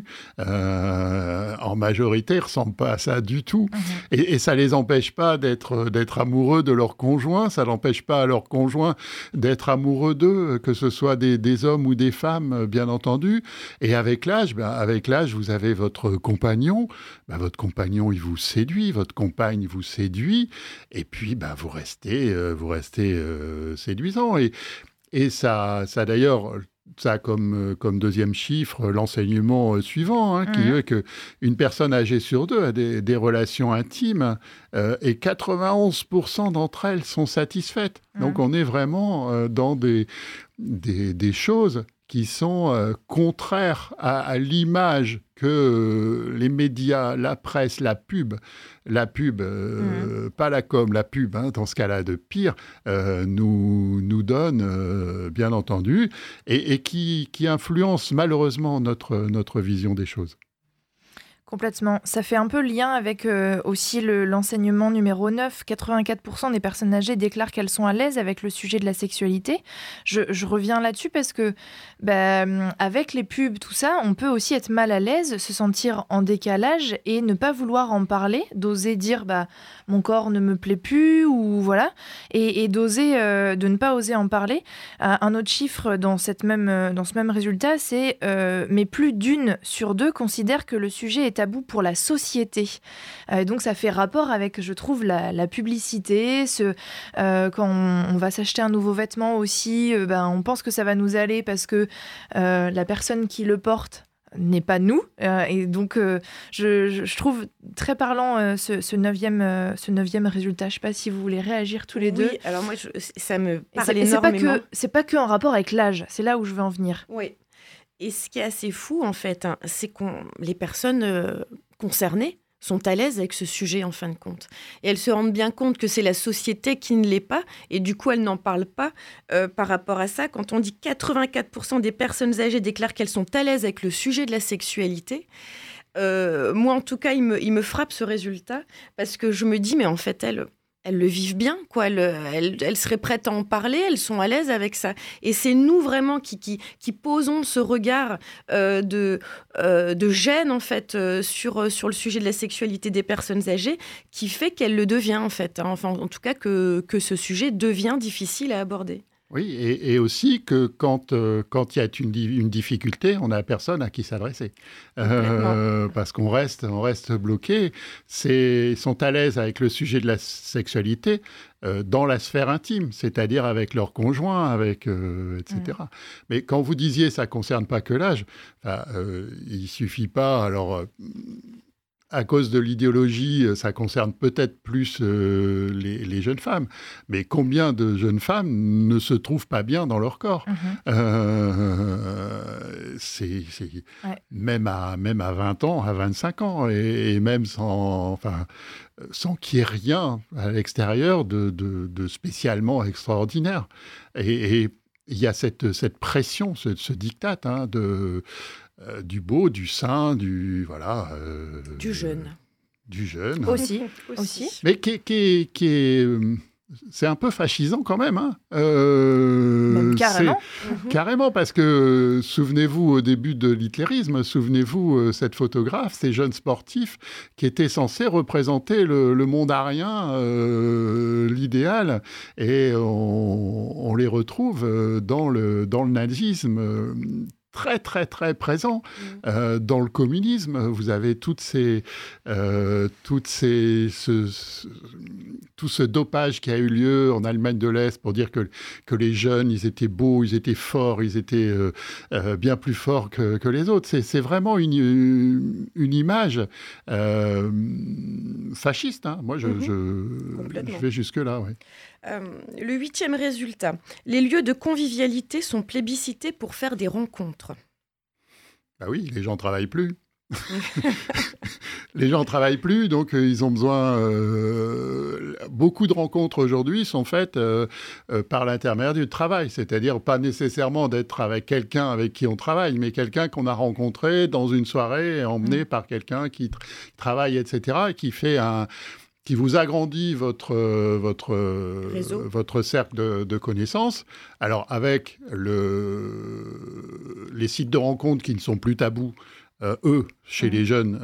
Euh, en majorité, ils ne ressemblent pas à ça du tout. Mmh. Et, et ça ne les empêche pas d'être, d'être amoureux de leur conjoint. Ça n'empêche pas à leur conjoint d'être amoureux d'eux, que ce soit des, des hommes ou des femmes, bien entendu. Et avec l'âge, ben, avec l'âge, vous avez votre compagnon. Ben, votre compagnon, il vous séduit. Votre compagne vous séduit. Et puis, ben, vous restez... Euh, vous restez Euh, séduisant. Et, et ça, ça d'ailleurs, ça a comme, comme deuxième chiffre l'enseignement suivant, hein, qui mmh. est qu'une personne âgée sur deux a des, des relations intimes euh, et quatre-vingt-onze pour cent d'entre elles sont satisfaites. Mmh. Donc on est vraiment euh, dans des, des, des choses qui sont euh, contraires à, à l'image que euh, les médias, la presse, la pub, la pub, euh, mmh. pas la com, la pub, hein, dans ce cas-là de pire, euh, nous, nous donne, euh, bien entendu, et, et qui, qui influence malheureusement notre, notre vision des choses. Complètement. Ça fait un peu lien avec euh, aussi le, l'enseignement numéro neuf. quatre-vingt-quatre pour cent des personnes âgées déclarent qu'elles sont à l'aise avec le sujet de la sexualité. Je, je reviens là-dessus parce que bah, avec les pubs, tout ça, on peut aussi être mal à l'aise, se sentir en décalage et ne pas vouloir en parler, d'oser dire bah, « mon corps ne me plaît plus » ou voilà, et, et d'oser, euh, de ne pas oser en parler. Euh, un autre chiffre dans, cette même, dans ce même résultat, c'est euh, « mais plus d'une sur deux considère que le sujet est tabou pour la société. Euh, donc ça fait rapport avec, je trouve, la, la publicité. Ce, euh, quand on, on va s'acheter un nouveau vêtement aussi, euh, ben, on pense que ça va nous aller parce que euh, la personne qui le porte n'est pas nous. Euh, et donc, euh, je, je, je trouve très parlant euh, ce, ce, neuvième, euh, ce neuvième résultat. Je ne sais pas si vous voulez réagir tous les oui, deux. Oui, alors moi, je, ça me parle c'est, énormément. C'est pas, que, c'est pas que en rapport avec l'âge. C'est là où je veux en venir. Oui. Et ce qui est assez fou, en fait, hein, c'est que les personnes euh, concernées sont à l'aise avec ce sujet, en fin de compte. Et elles se rendent bien compte que c'est la société qui ne l'est pas, et du coup, elles n'en parlent pas euh, par rapport à ça. Quand on dit quatre-vingt-quatre pour cent des personnes âgées déclarent qu'elles sont à l'aise avec le sujet de la sexualité, euh, moi, en tout cas, il me, il me frappe ce résultat, parce que je me dis, mais en fait, elles... elles le vivent bien, quoi. Elles, elles, elles seraient prêtes à en parler, elles sont à l'aise avec ça. Et c'est nous vraiment qui, qui, qui posons ce regard euh, de, euh, de gêne, en fait, euh, sur, sur le sujet de la sexualité des personnes âgées, qui fait qu'elle le devient, en fait. Hein. Enfin, en tout cas, que, que ce sujet devient difficile à aborder. Oui, et, et aussi que quand euh, quand il y a une, une difficulté, on n'a personne à qui s'adresser. Euh, parce qu'on reste, on reste bloqué. C'est, ils sont à l'aise avec le sujet de la sexualité euh, dans la sphère intime, c'est-à-dire avec leur conjoint, avec, euh, et cetera. Mmh. Mais quand vous disiez ça ne concerne pas que l'âge, euh, il ne suffit pas... alors. Euh, à cause de l'idéologie, ça concerne peut-être plus euh, les, les jeunes femmes. Mais combien de jeunes femmes ne se trouvent pas bien dans leur corps ? Mmh. euh, c'est, c'est ouais. même, à, même à vingt ans, à vingt-cinq ans, et, et même sans, enfin, sans qu'il y ait rien à l'extérieur de, de, de spécialement extraordinaire. Et, et il y a cette, cette pression, ce, ce diktat hein, de... Euh, du beau, du sain, du voilà, euh, du jeune, du jeune aussi, aussi. Mais qui, qui, qui est, c'est un peu fascisant quand même, hein. Euh, même carrément, c'est, carrément parce que souvenez-vous au début de l'hitlérisme, souvenez-vous cette photographe, ces jeunes sportifs qui étaient censés représenter le, le monde arien, euh, l'idéal, et on, on les retrouve dans le dans le nazisme. Très, très, très présent. Mmh. Euh, dans le communisme, vous avez toutes ces, euh, toutes ces, ce, ce, tout ce dopage qui a eu lieu en Allemagne de l'Est pour dire que, que les jeunes, ils étaient beaux, ils étaient forts, ils étaient euh, euh, bien plus forts que, que les autres. C'est, c'est vraiment une, une image euh, fasciste. Hein. Moi, je, mmh. je, je vais jusque-là, oui. Euh, le huitième résultat. Les lieux de convivialité sont plébiscités pour faire des rencontres. Bah oui, les gens ne travaillent plus. Les gens ne travaillent plus, donc euh, ils ont besoin... Euh, beaucoup de rencontres aujourd'hui sont faites euh, euh, par l'intermédiaire du travail, c'est-à-dire pas nécessairement d'être avec quelqu'un avec qui on travaille, mais quelqu'un qu'on a rencontré dans une soirée, emmené mmh. par quelqu'un qui tra- travaille, et cetera, et qui fait un... qui vous agrandit votre, votre, Réseau. votre cercle de, de connaissances. Alors, avec le, les sites de rencontres qui ne sont plus tabous, euh, eux, chez mmh. les jeunes,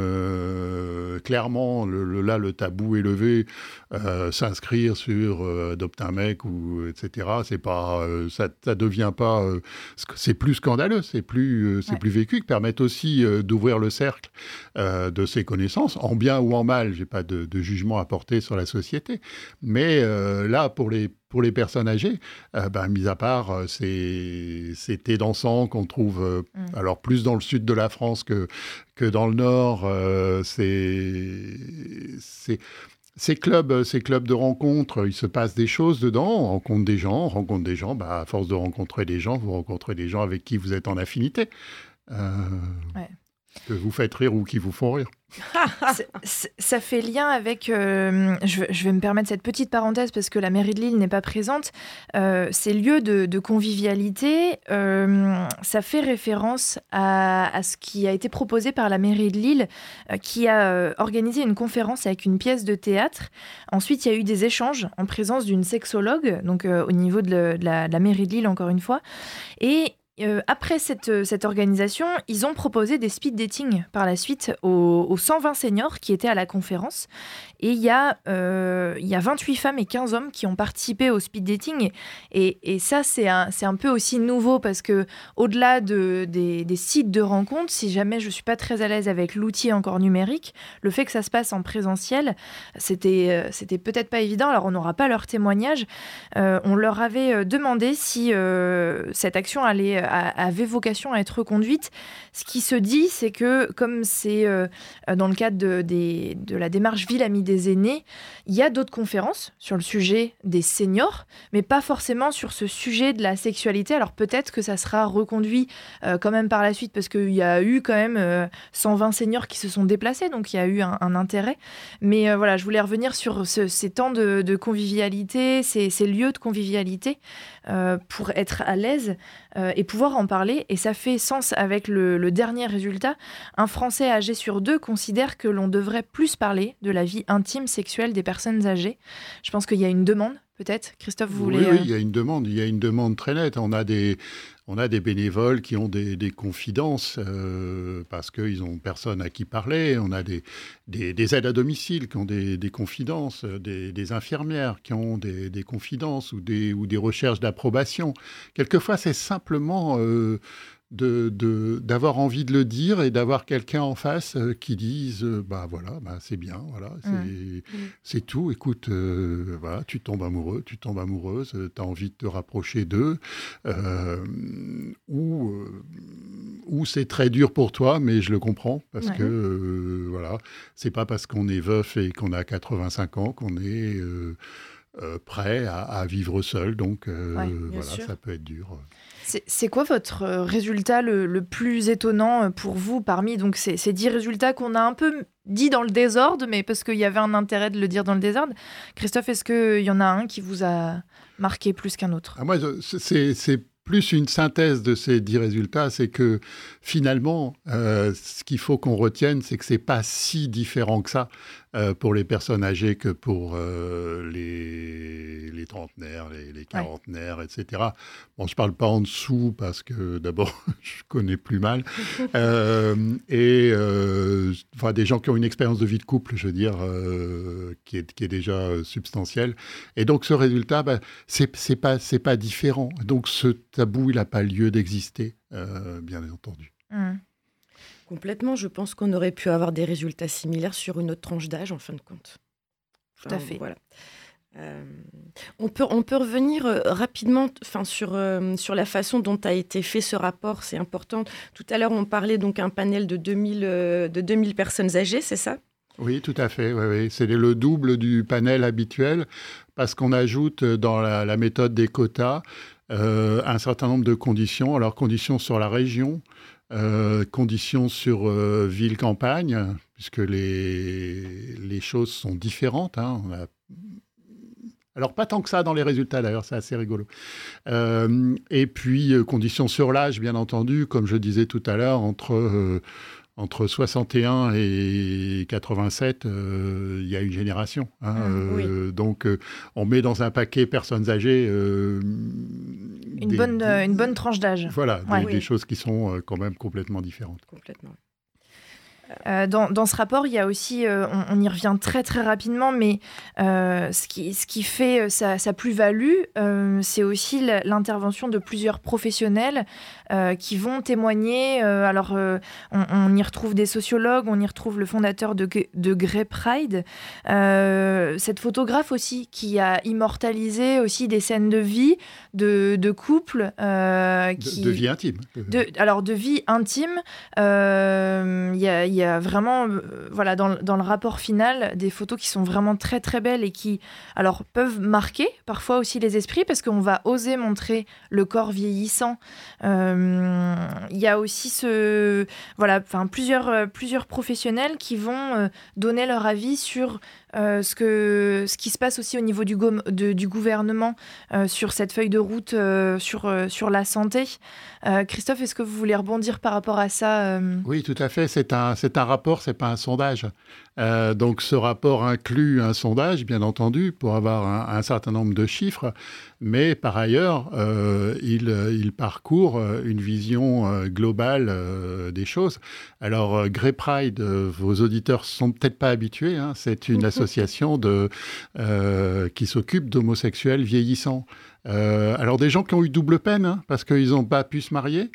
euh, clairement, le, le, là, le tabou est levé. Euh, s'inscrire sur euh, Adopte un mec, ou, et cetera, c'est pas, euh, ça ne devient pas... Euh, c'est plus scandaleux, c'est plus, euh, c'est ouais. plus vécu, qui permettent aussi euh, d'ouvrir le cercle euh, de ses connaissances, en bien ou en mal. Je n'ai pas de, de jugement à porter sur la société. Mais euh, là, pour les Pour les personnes âgées, euh, ben, mis à part euh, ces, ces thés dansants qu'on trouve euh, mmh. alors plus dans le sud de la France que, que dans le nord, euh, c'est, c'est, ces, clubs, ces clubs de rencontres, il se passe des choses dedans, on rencontre des gens, on rencontre des gens, bah, à force de rencontrer des gens, vous rencontrez des gens avec qui vous êtes en affinité, euh, ouais. que vous faites rire ou qui vous font rire. c'est, c'est, ça fait lien avec, euh, je, je vais me permettre cette petite parenthèse parce que la mairie de Lille n'est pas présente, euh, ces lieux de, de convivialité, euh, ça fait référence à, à ce qui a été proposé par la mairie de Lille, euh, qui a euh, organisé une conférence avec une pièce de théâtre. Ensuite, il y a eu des échanges en présence d'une sexologue, donc euh, au niveau de, le, de, la, de la mairie de Lille, encore une fois, et Euh, après cette, cette organisation, ils ont proposé des speed dating par la suite aux, aux cent vingt seniors qui étaient à la conférence. Et il y a, euh, il y a vingt-huit femmes et quinze hommes qui ont participé au speed dating. Et, et ça, c'est un, c'est un peu aussi nouveau parce qu'au-delà de, des, des sites de rencontres, si jamais je ne suis pas très à l'aise avec l'outil encore numérique, le fait que ça se passe en présentiel, c'était, euh, c'était peut-être pas évident. Alors, on n'aura pas leur témoignage. Euh, on leur avait demandé si euh, cette action allait, avait vocation à être reconduite. Ce qui se dit, c'est que comme c'est euh, dans le cadre de, de, de la démarche Ville Amie des aînés, il y a d'autres conférences sur le sujet des seniors, mais pas forcément sur ce sujet de la sexualité. Alors peut-être que ça sera reconduit euh, quand même par la suite, parce qu'il y a eu quand même euh, cent vingt seniors qui se sont déplacés, donc il y a eu un, un intérêt. Mais euh, voilà, je voulais revenir sur ce, ces temps de, de convivialité, ces, ces lieux de convivialité, euh, pour être à l'aise euh, et pouvoir en parler. Et ça fait sens avec le, le dernier résultat. Un Français âgé sur deux considère que l'on devrait plus parler de la vie intime sexuelle des personnes âgées. Je pense qu'il y a une demande, peut-être. Christophe, vous oui, voulez... Oui, il y a une demande. Il y a une demande très nette. On a des, on a des bénévoles qui ont des, des confidences euh, parce qu'ils n'ont personne à qui parler. On a des, des, des aides à domicile qui ont des, des confidences, des, des infirmières qui ont des, des confidences ou des, ou des recherches d'approbation. Quelquefois, c'est simplement... Euh, De, de, d'avoir envie de le dire et d'avoir quelqu'un en face euh, qui dise euh, bah voilà, bah, c'est bien, voilà, c'est, mmh. c'est tout. Écoute, euh, voilà, tu tombes amoureux, tu tombes amoureuse, euh, tu as envie de te rapprocher d'eux, euh, ou, euh, ou c'est très dur pour toi, mais je le comprends, parce ouais. que euh, voilà, c'est pas parce qu'on est veuf et qu'on a quatre-vingt-cinq ans qu'on est euh, euh, prêt à, à vivre seul, donc euh, ouais, voilà, sûr. Ça peut être dur. C'est, c'est quoi votre résultat le, le plus étonnant pour vous parmi donc, ces, ces dix résultats qu'on a un peu dit dans le désordre, mais parce qu'il y avait un intérêt de le dire dans le désordre? Christophe, est-ce qu'il y en a un qui vous a marqué plus qu'un autre? ah, Moi, c'est, c'est plus une synthèse de ces dix résultats, c'est que finalement, euh, ce qu'il faut qu'on retienne, c'est que ce n'est pas si différent que ça euh, pour les personnes âgées que pour euh, les, les trentenaires, les, les quarantenaires, ouais. et cetera. Bon, je ne parle pas en dessous parce que d'abord, je connais plus mal. euh, et euh, enfin, des gens qui ont une expérience de vie de couple, je veux dire, euh, qui, est, qui est déjà substantielle. Et donc, ce résultat, bah, ce n'est pas, c'est pas différent. Donc, ce tabou, il n'a pas lieu d'exister, euh, bien entendu. Mmh. Complètement, je pense qu'on aurait pu avoir des résultats similaires sur une autre tranche d'âge, en fin de compte. Tout enfin, à fait. Voilà. Euh, on, peut, on peut revenir euh, rapidement sur, euh, sur la façon dont a été fait ce rapport, c'est important. Tout à l'heure, on parlait donc d'un panel de deux mille, euh, de deux mille personnes âgées, c'est ça ? Oui, tout à fait. Oui, oui. C'est le double du panel habituel parce qu'on ajoute dans la, la méthode des quotas euh, un certain nombre de conditions. Alors, conditions sur la région, euh, conditions sur euh, ville-campagne, puisque les, les choses sont différentes. Hein. On a... Alors, pas tant que ça dans les résultats, d'ailleurs, c'est assez rigolo. Euh, et puis, euh, conditions sur l'âge, bien entendu, comme je disais tout à l'heure, entre... Euh, entre soixante et un et quatre-vingt-sept, euh, il y a une génération. Hein, Mmh, euh, oui. donc, euh, on met dans un paquet personnes âgées euh, Une, des, bonne, des, euh, une bonne tranche d'âge. voilà, Ouais. des, Oui. des choses qui sont euh, quand même complètement différentes. Complètement. Euh, dans, dans ce rapport, il y a aussi, euh, on, on y revient très très rapidement, mais euh, ce, qui, ce qui fait sa, sa plus-value, euh, c'est aussi la- l'intervention de plusieurs professionnels euh, qui vont témoigner. Euh, alors, euh, on, on y retrouve des sociologues, on y retrouve le fondateur de, G- de Grey Pride, euh, cette photographe aussi qui a immortalisé aussi des scènes de vie, de, de couple. euh, qui... De, de vie intime. De, alors, de vie intime, euh, il y, a, il y a vraiment, euh, voilà, dans, dans le rapport final, des photos qui sont vraiment très très belles et qui, alors, peuvent marquer parfois aussi les esprits parce qu'on va oser montrer le corps vieillissant. Euh, Il y a aussi ce, voilà, enfin, plusieurs, euh, plusieurs professionnels qui vont euh, donner leur avis sur euh, ce, que, ce qui se passe aussi au niveau du, go- de, du gouvernement euh, sur cette feuille de route euh, sur, euh, sur la santé. Euh, Christophe, est-ce que vous voulez rebondir par rapport à ça euh Oui, tout à fait. C'est un, c'est un rapport, c'est pas un sondage. Euh, donc, ce rapport inclut un sondage, bien entendu, pour avoir un, un certain nombre de chiffres. Mais par ailleurs, euh, il, il parcourt une vision euh, globale euh, des choses. Alors, euh, Grey Pride, euh, vos auditeurs sont peut-être pas habitués. Hein, c'est une association de, euh, qui s'occupe d'homosexuels vieillissants. Euh, alors, des gens qui ont eu double peine, hein, parce qu'ils n'ont pas pu se marier.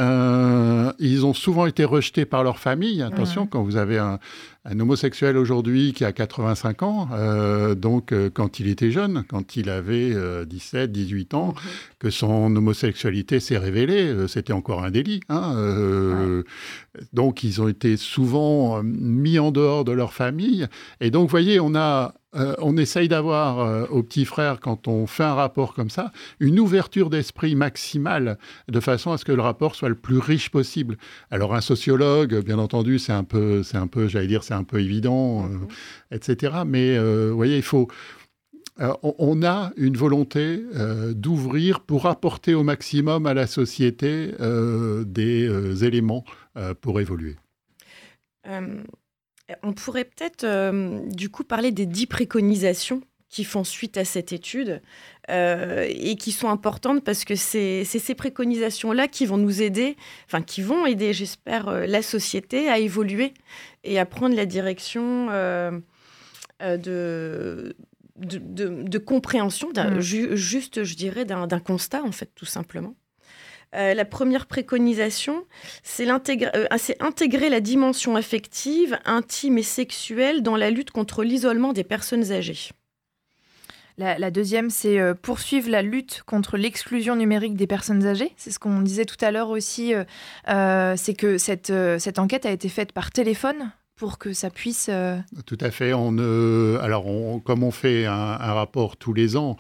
Euh, ils ont souvent été rejetés par leur famille. Attention, Mmh. quand vous avez un, un homosexuel aujourd'hui qui a quatre-vingt-cinq ans, euh, donc euh, quand il était jeune, quand il avait euh, dix-sept, dix-huit ans, Mhm. que son homosexualité s'est révélée, euh, c'était encore un délit. Hein, euh, donc ils ont été souvent euh, mis en dehors de leur famille. Et donc, vous voyez, on a... Euh, on essaye d'avoir euh, aux petits frères, quand on fait un rapport comme ça, une ouverture d'esprit maximale, de façon à ce que le rapport soit le plus riche possible. Alors un sociologue, bien entendu, c'est un peu, c'est un peu, j'allais dire, c'est un peu évident, euh, Mhm. et cetera. Mais euh, vous voyez, il faut, euh, on, on a une volonté euh, d'ouvrir pour apporter au maximum à la société euh, des euh, éléments euh, pour évoluer. Euh, on pourrait peut-être, euh, du coup, parler des dix préconisations qui font suite à cette étude euh, et qui sont importantes parce que c'est c'est ces préconisations-là qui vont nous aider, enfin qui vont aider, j'espère, euh, la société à évoluer et à prendre la direction euh, euh, de, de, de, de compréhension, d'un- Mm. ju- juste, je dirais, d'un d'un constat, en fait, tout simplement. Euh, la première préconisation, c'est l'intégr- euh, c'est intégrer la dimension affective, intime et sexuelle dans la lutte contre l'isolement des personnes âgées. La, la deuxième, c'est euh, poursuivre la lutte contre l'exclusion numérique des personnes âgées. C'est ce qu'on disait tout à l'heure aussi. euh, euh, c'est que cette, euh, cette enquête a été faite par téléphone pour que ça puisse... euh, Tout à fait. On, euh, alors, on, comme on fait un, un rapport tous les ans,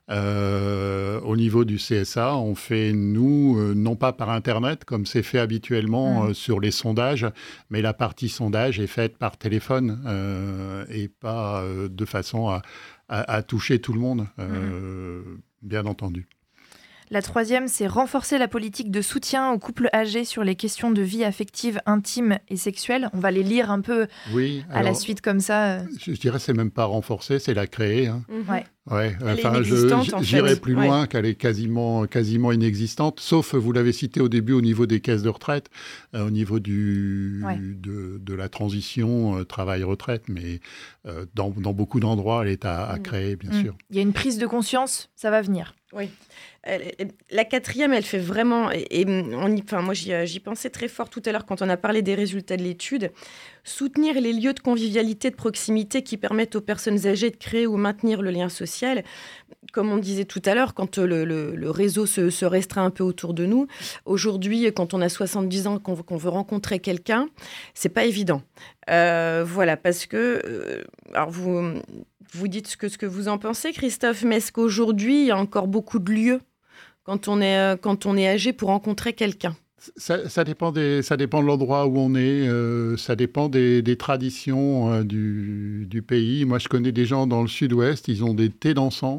euh, au niveau du C S A, on fait, nous, euh, non pas par Internet, comme c'est fait habituellement Mm. euh, sur les sondages, mais la partie sondage est faite par téléphone euh, et pas euh, de façon à, à- à toucher tout le monde, euh, bien entendu. La troisième, c'est renforcer la politique de soutien aux couples âgés sur les questions de vie affective, intime et sexuelle. On va les lire un peu Oui, à la alors, suite comme ça. euh. je, je dirais que c'est même pas renforcer, c'est la créer. Hein. Ouais. Ouais, Elle est enfin, je- inexistante, en j'irai fait. plus Ouais. loin qu'elle est quasiment, quasiment inexistante, sauf, vous l'avez cité au début, au niveau des caisses de retraite, euh, au niveau du, Ouais. de, de la transition euh, travail-retraite, mais euh, dans, dans beaucoup d'endroits, elle est à, à Mm. créer, bien Mm. sûr. Il y a une prise de conscience, ça va venir. Oui. Elle- elle- La quatrième, elle fait vraiment, et, et on y, enfin, moi j'y, j'y pensais très fort tout à l'heure quand on a parlé des résultats de l'étude, soutenir les lieux de convivialité, de proximité qui permettent aux personnes âgées de créer ou maintenir le lien social. Comme on disait tout à l'heure, quand le, le- le réseau se, se restreint un peu autour de nous, aujourd'hui, quand on a soixante-dix ans, qu'on, veut- qu'on veut rencontrer quelqu'un, c'est pas évident. Euh, voilà, parce que, euh, alors vous, vous dites ce que, ce que vous en pensez, Christophe, mais est-ce qu'aujourd'hui, il y a encore beaucoup de lieux quand on est, euh, quand on est âgé pour rencontrer quelqu'un? Ça, ça dépend des, ça dépend de l'endroit où on est, euh, ça dépend des, des traditions euh, du, du pays. Moi, je connais des gens dans le sud-ouest, ils ont des thés dansants.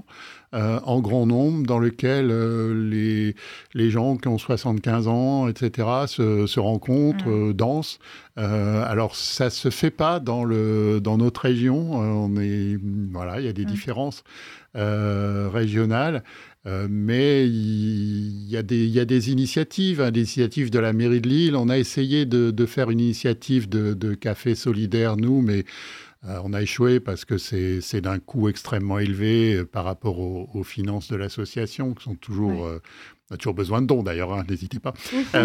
euh, en grand nombre, dans lequel euh, les, les gens qui ont soixante-quinze ans, et cetera, se, se rencontrent, mmh. euh, dansent. Euh, alors, ça ne se fait pas dans, le, dans notre région. Euh, on est, voilà, il y a des mmh. différences euh, régionales. Euh, mais il y, y, y a des initiatives, hein, des initiatives de la mairie de Lille. On a essayé de, de faire une initiative de, de café solidaire, nous, mais euh, on a échoué parce que c'est, c'est d'un coût extrêmement élevé euh, par rapport aux, aux finances de l'association, qui sont toujours... Ouais. Euh, on a toujours besoin de dons, d'ailleurs, hein, n'hésitez pas.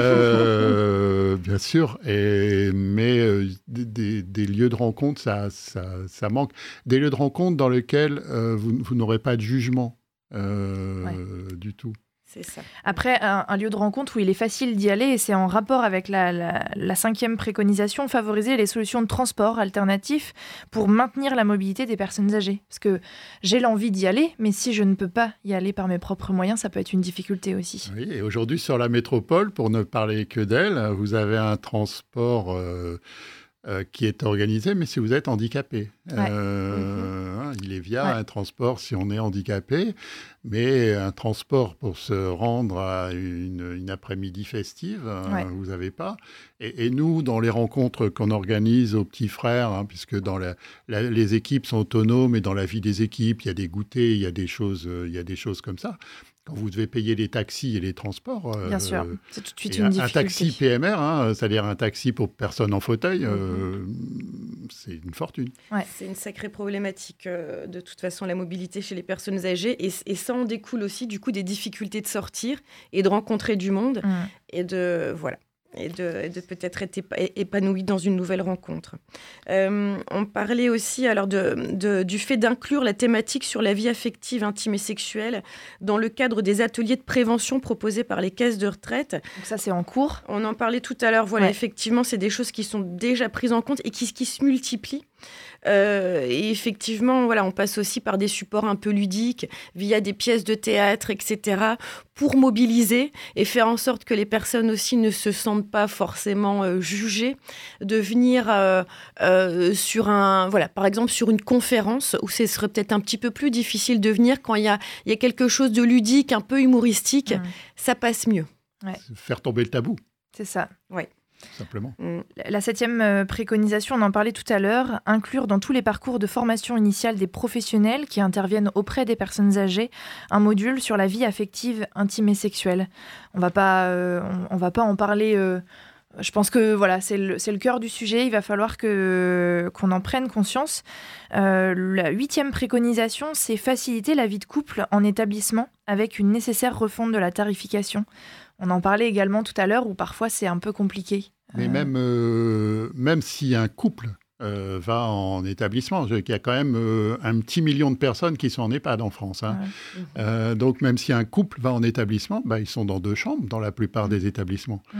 euh, bien sûr, et, mais euh, des, des lieux de rencontre, ça, ça, ça manque. Des lieux de rencontre dans lesquels euh, vous, vous n'aurez pas de jugement. Euh, ouais. Du tout. C'est ça. Après, un, un lieu de rencontre où il est facile d'y aller, et c'est en rapport avec la, la, la cinquième préconisation, favoriser les solutions de transport alternatifs pour maintenir la mobilité des personnes âgées. Parce que j'ai l'envie d'y aller, mais si je ne peux pas y aller par mes propres moyens, ça peut être une difficulté aussi. Oui, et aujourd'hui, sur la métropole, pour ne parler que d'elle, vous avez un transport... Euh, Euh, qui est organisé, mais si vous êtes handicapé. Ouais. Euh, mmh. hein, il est via ouais. un transport si on est handicapé, mais un transport pour se rendre à une, une après-midi festive, ouais. euh, vous n'avez pas. Et, et nous, dans les rencontres qu'on organise aux petits frères, hein, puisque dans la, la, les équipes sont autonomes et dans la vie des équipes, il y a des goûters, il y a des choses, euh, il y a des choses comme ça. Quand vous devez payer les taxis et les transports... Bien euh, sûr, c'est tout de suite une difficulté. Un taxi P M R, hein, c'est-à-dire un taxi pour personnes en fauteuil, mmh. euh, c'est une fortune. Ouais. C'est une sacrée problématique, euh, de toute façon, la mobilité chez les personnes âgées. Et, et ça en découle aussi, du coup, des difficultés de sortir et de rencontrer du monde. Mmh. Et de... Voilà. Et de, et de peut-être être épanoui dans une nouvelle rencontre. Euh, on parlait aussi alors de, de, du fait d'inclure la thématique sur la vie affective, intime et sexuelle dans le cadre des ateliers de prévention proposés par les caisses de retraite. Donc ça, c'est en cours. On en parlait tout à l'heure. Voilà, ouais. Effectivement, c'est des choses qui sont déjà prises en compte et qui, qui se multiplient. Euh, et effectivement, voilà, on passe aussi par des supports un peu ludiques, via des pièces de théâtre, et cetera, pour mobiliser et faire en sorte que les personnes aussi ne se sentent pas forcément euh, jugées, de venir euh, euh, sur un, voilà, par exemple sur une conférence où ce serait peut-être un petit peu plus difficile de venir quand il y a, il y a quelque chose de ludique, un peu humoristique, mmh. ça passe mieux. Ouais. Faire tomber le tabou. C'est ça. Oui. Simplement. La septième préconisation, on en parlait tout à l'heure, inclure dans tous les parcours de formation initiale des professionnels qui interviennent auprès des personnes âgées un module sur la vie affective, intime et sexuelle. On va pas, euh, on, on va pas en parler. Euh, je pense que voilà, c'est le, c'est le cœur du sujet. Il va falloir que, qu'on en prenne conscience. Euh, la huitième préconisation, c'est faciliter la vie de couple en établissement avec une nécessaire refonte de la tarification. On en parlait également tout à l'heure où parfois c'est un peu compliqué. Mais euh... même, euh, même si un couple euh, va en établissement, il y a quand même euh, un petit million de personnes qui sont en EHPAD en France. Hein. Ouais. Euh, donc même si un couple va en établissement, bah, ils sont dans deux chambres dans la plupart des établissements. Mmh.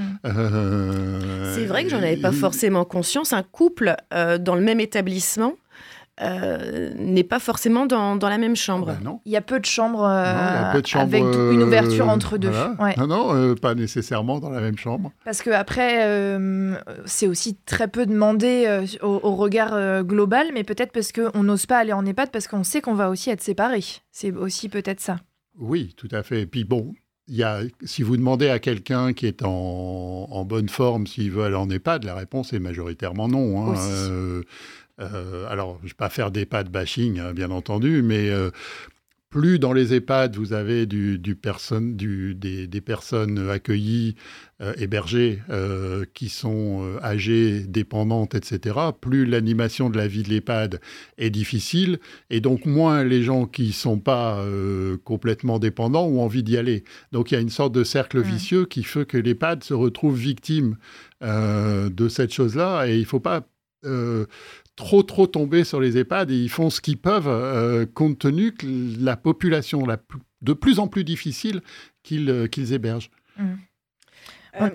Euh... C'est vrai que j'en avais pas forcément conscience. Un couple euh, dans le même établissement, Euh, n'est pas forcément dans, dans la même chambre. Ben non. Il y a peu de chambres, euh, non, il y a peu de chambres avec une ouverture entre deux. Voilà. Ouais. Non, non, euh, pas nécessairement dans la même chambre. Parce qu'après, euh, c'est aussi très peu demandé euh, au, au regard euh, global, mais peut-être parce qu'on n'ose pas aller en EHPAD parce qu'on sait qu'on va aussi être séparés. C'est aussi peut-être ça. Oui, tout à fait. Et puis bon, il y a, si vous demandez à quelqu'un qui est en, en bonne forme s'il veut aller en EHPAD, la réponse est majoritairement non. Hein. Aussi. Euh, Euh, alors, je ne vais pas faire d'EHPAD bashing, hein, bien entendu, mais euh, plus dans les EHPAD, vous avez du, du personne, du, des, des personnes accueillies, euh, hébergées, euh, qui sont euh, âgées, dépendantes, et cetera, plus l'animation de la vie de l'EHPAD est difficile, et donc moins les gens qui ne sont pas euh, complètement dépendants ont envie d'y aller. Donc, il y a une sorte de cercle mmh. vicieux qui fait que l'EHPAD se retrouve victime euh, de cette chose-là, et il ne faut pas... Euh, trop, trop tomber sur les EHPAD et ils font ce qu'ils peuvent euh, compte tenu que la population la plus, de plus en plus difficile qu'ils, euh, qu'ils hébergent. Mmh. Euh,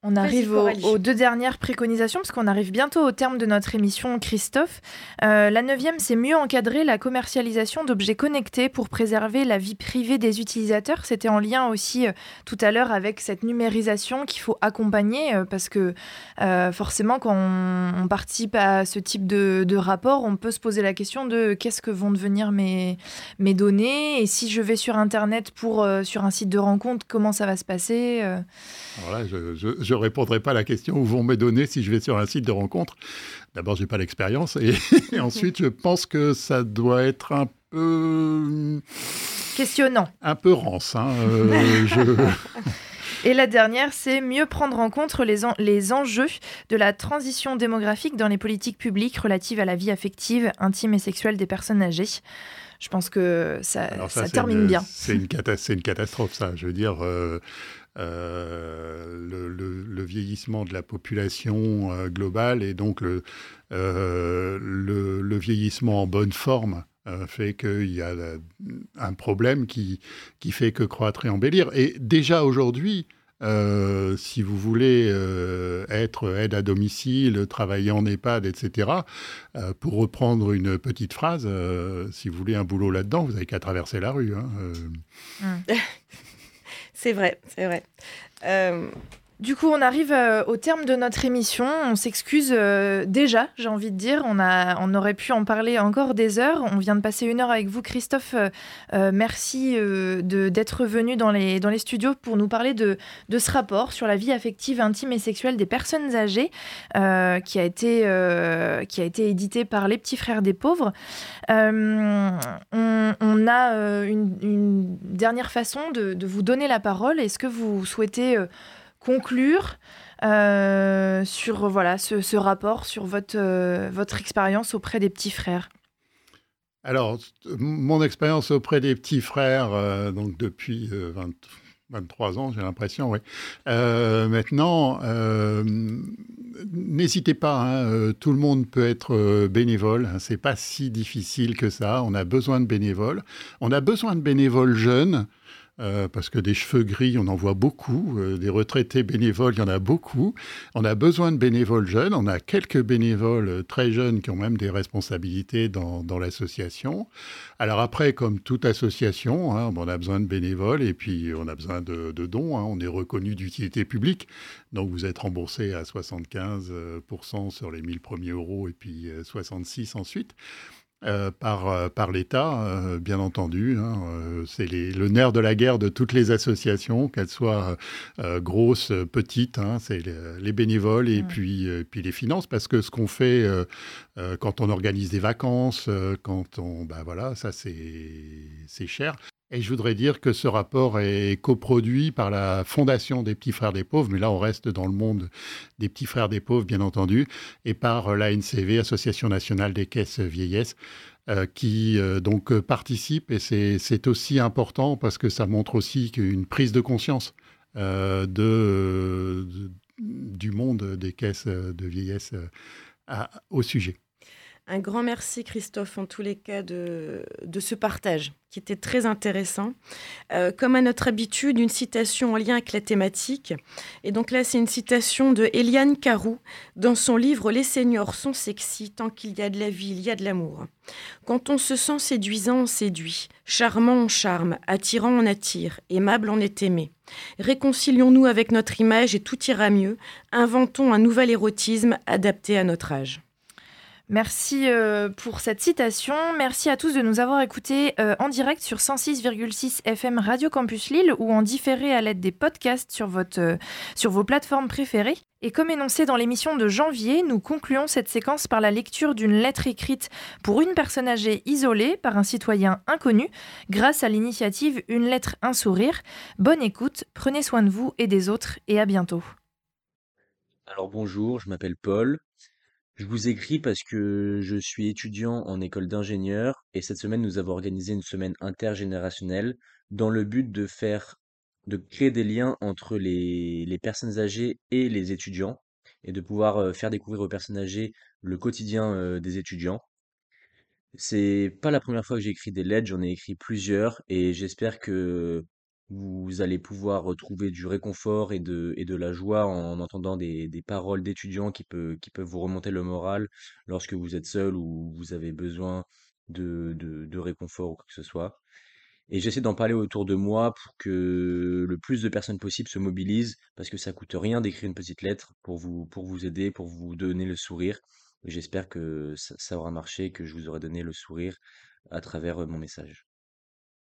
On arrive au- aux deux dernières préconisations, parce qu'on arrive bientôt au terme de notre émission, Christophe. Euh, la neuvième, c'est mieux encadrer la commercialisation d'objets connectés pour préserver la vie privée des utilisateurs. C'était en lien aussi euh, tout à l'heure avec cette numérisation qu'il faut accompagner, euh, parce que euh, forcément, quand on, on participe à ce type de, de rapport, on peut se poser la question de qu'est-ce que vont devenir mes, mes données, et si je vais sur Internet pour, euh, sur un site de rencontre, comment ça va se passer euh. Alors là, je ne répondrai pas à la question où vont mes données si je vais sur un site de rencontre. D'abord, je n'ai pas l'expérience. Et, et ensuite, je pense que ça doit être un peu... Questionnant. Un peu rance. Hein. Euh, je... Et la dernière, c'est mieux prendre en compte les, en- les enjeux de la transition démographique dans les politiques publiques relatives à la vie affective, intime et sexuelle des personnes âgées. Je pense que ça, Alors ça, ça, termine une, bien. C'est une, cata- c'est une catastrophe, ça. Je veux dire, euh, euh, le, le- le vieillissement de la population euh, globale et donc le, euh, le, le vieillissement en bonne forme euh, fait qu'il y a euh, un problème qui, qui fait que croître et embellir. Et déjà aujourd'hui, euh, si vous voulez euh, être aide à domicile, travailler en EHPAD, et cetera, euh, pour reprendre une petite phrase, euh, si vous voulez un boulot là-dedans, vous n'avez qu'à traverser la rue. Hein, euh. Mm. C'est vrai, c'est vrai. Euh, Du coup, on arrive euh, au terme de notre émission. On s'excuse euh, déjà, j'ai envie de dire. On, a, on aurait pu en parler encore des heures. On vient de passer une heure avec vous, Christophe. Euh, euh, merci euh, de, d'être venu dans les, dans les studios pour nous parler de, de ce rapport sur la vie affective, intime et sexuelle des personnes âgées euh, qui, a été, euh, qui a été édité par Les Petits Frères des Pauvres. Euh, on, on a euh, une, une dernière façon de, de vous donner la parole. Est-ce que vous souhaitez... Euh, conclure euh, sur voilà, ce, ce rapport, sur votre, euh, votre expérience auprès des petits frères? Alors, mon expérience auprès des petits frères, euh, donc depuis euh, vingt, vingt-trois ans, j'ai l'impression, oui. Euh, maintenant, euh, n'hésitez pas, hein, euh, tout le monde peut être euh, bénévole. Hein, c'est pas si difficile que ça. On a besoin de bénévoles. On a besoin de bénévoles jeunes. Euh, parce que des cheveux gris, on en voit beaucoup. Euh, des retraités bénévoles, il y en a beaucoup. On a besoin de bénévoles jeunes. On a quelques bénévoles euh, très jeunes qui ont même des responsabilités dans, dans l'association. Alors après, comme toute association, hein, on a besoin de bénévoles et puis on a besoin de, de dons. Hein. On est reconnu d'utilité publique. Donc vous êtes remboursé à soixante-quinze pour cent sur les mille premiers euros et puis euh, soixante-six ensuite. Euh, par, euh, par l'État, euh, bien entendu. Hein, euh, c'est les, le nerf de la guerre de toutes les associations, qu'elles soient euh, grosses, petites. Hein, c'est les, les bénévoles et Mmh. puis, euh, puis les finances, parce que ce qu'on fait euh, euh, quand on organise des vacances, euh, quand on... Ben voilà, ça c'est, c'est cher. Et je voudrais dire que ce rapport est coproduit par la Fondation des Petits Frères des Pauvres, mais là on reste dans le monde des Petits Frères des Pauvres, bien entendu, et par l'A N C V, Association nationale des caisses vieillesse, euh, qui euh, donc euh, participe. Et c'est, c'est aussi important parce que ça montre aussi qu'une prise de conscience euh, de, de- du monde des caisses de vieillesse euh, à- au sujet. Un grand merci, Christophe, en tous les cas, de, de ce partage qui était très intéressant. Euh, comme à notre habitude, une citation en lien avec la thématique. Et donc là, c'est une citation de Eliane Carroux dans son livre « Les seniors sont sexy, tant qu'il y a de la vie, il y a de l'amour ». Quand on se sent séduisant, on séduit. Charmant, on charme. Attirant, on attire. Aimable, on est aimé. Réconcilions-nous avec notre image et tout ira mieux. Inventons un nouvel érotisme adapté à notre âge. Merci euh, pour cette citation. Merci à tous de nous avoir écoutés euh, en direct sur cent six virgule six F M Radio Campus Lille ou en différé à l'aide des podcasts sur, votre, euh, sur vos plateformes préférées. Et comme énoncé dans l'émission de janvier, nous concluons cette séquence par la lecture d'une lettre écrite pour une personne âgée isolée par un citoyen inconnu grâce à l'initiative Une lettre, un sourire. Bonne écoute, prenez soin de vous et des autres et à bientôt. Alors bonjour, je m'appelle Paul. Je vous écris parce que je suis étudiant en école d'ingénieur et cette semaine nous avons organisé une semaine intergénérationnelle dans le but de faire, de créer des liens entre les, les personnes âgées et les étudiants et de pouvoir euh, faire découvrir aux personnes âgées le quotidien euh, des étudiants. C'est pas la première fois que j'écris des lettres, j'en ai écrit plusieurs et j'espère que Vous allez pouvoir retrouver du réconfort et de, et de la joie en entendant des, des paroles d'étudiants qui peut, qui peuvent vous remonter le moral lorsque vous êtes seul ou vous avez besoin de, de, de réconfort ou quoi que ce soit. Et j'essaie d'en parler autour de moi pour que le plus de personnes possible se mobilisent, parce que ça coûte rien d'écrire une petite lettre pour vous, pour vous aider, pour vous donner le sourire. Et j'espère que ça, ça aura marché, que je vous aurai donné le sourire à travers euh, mon message.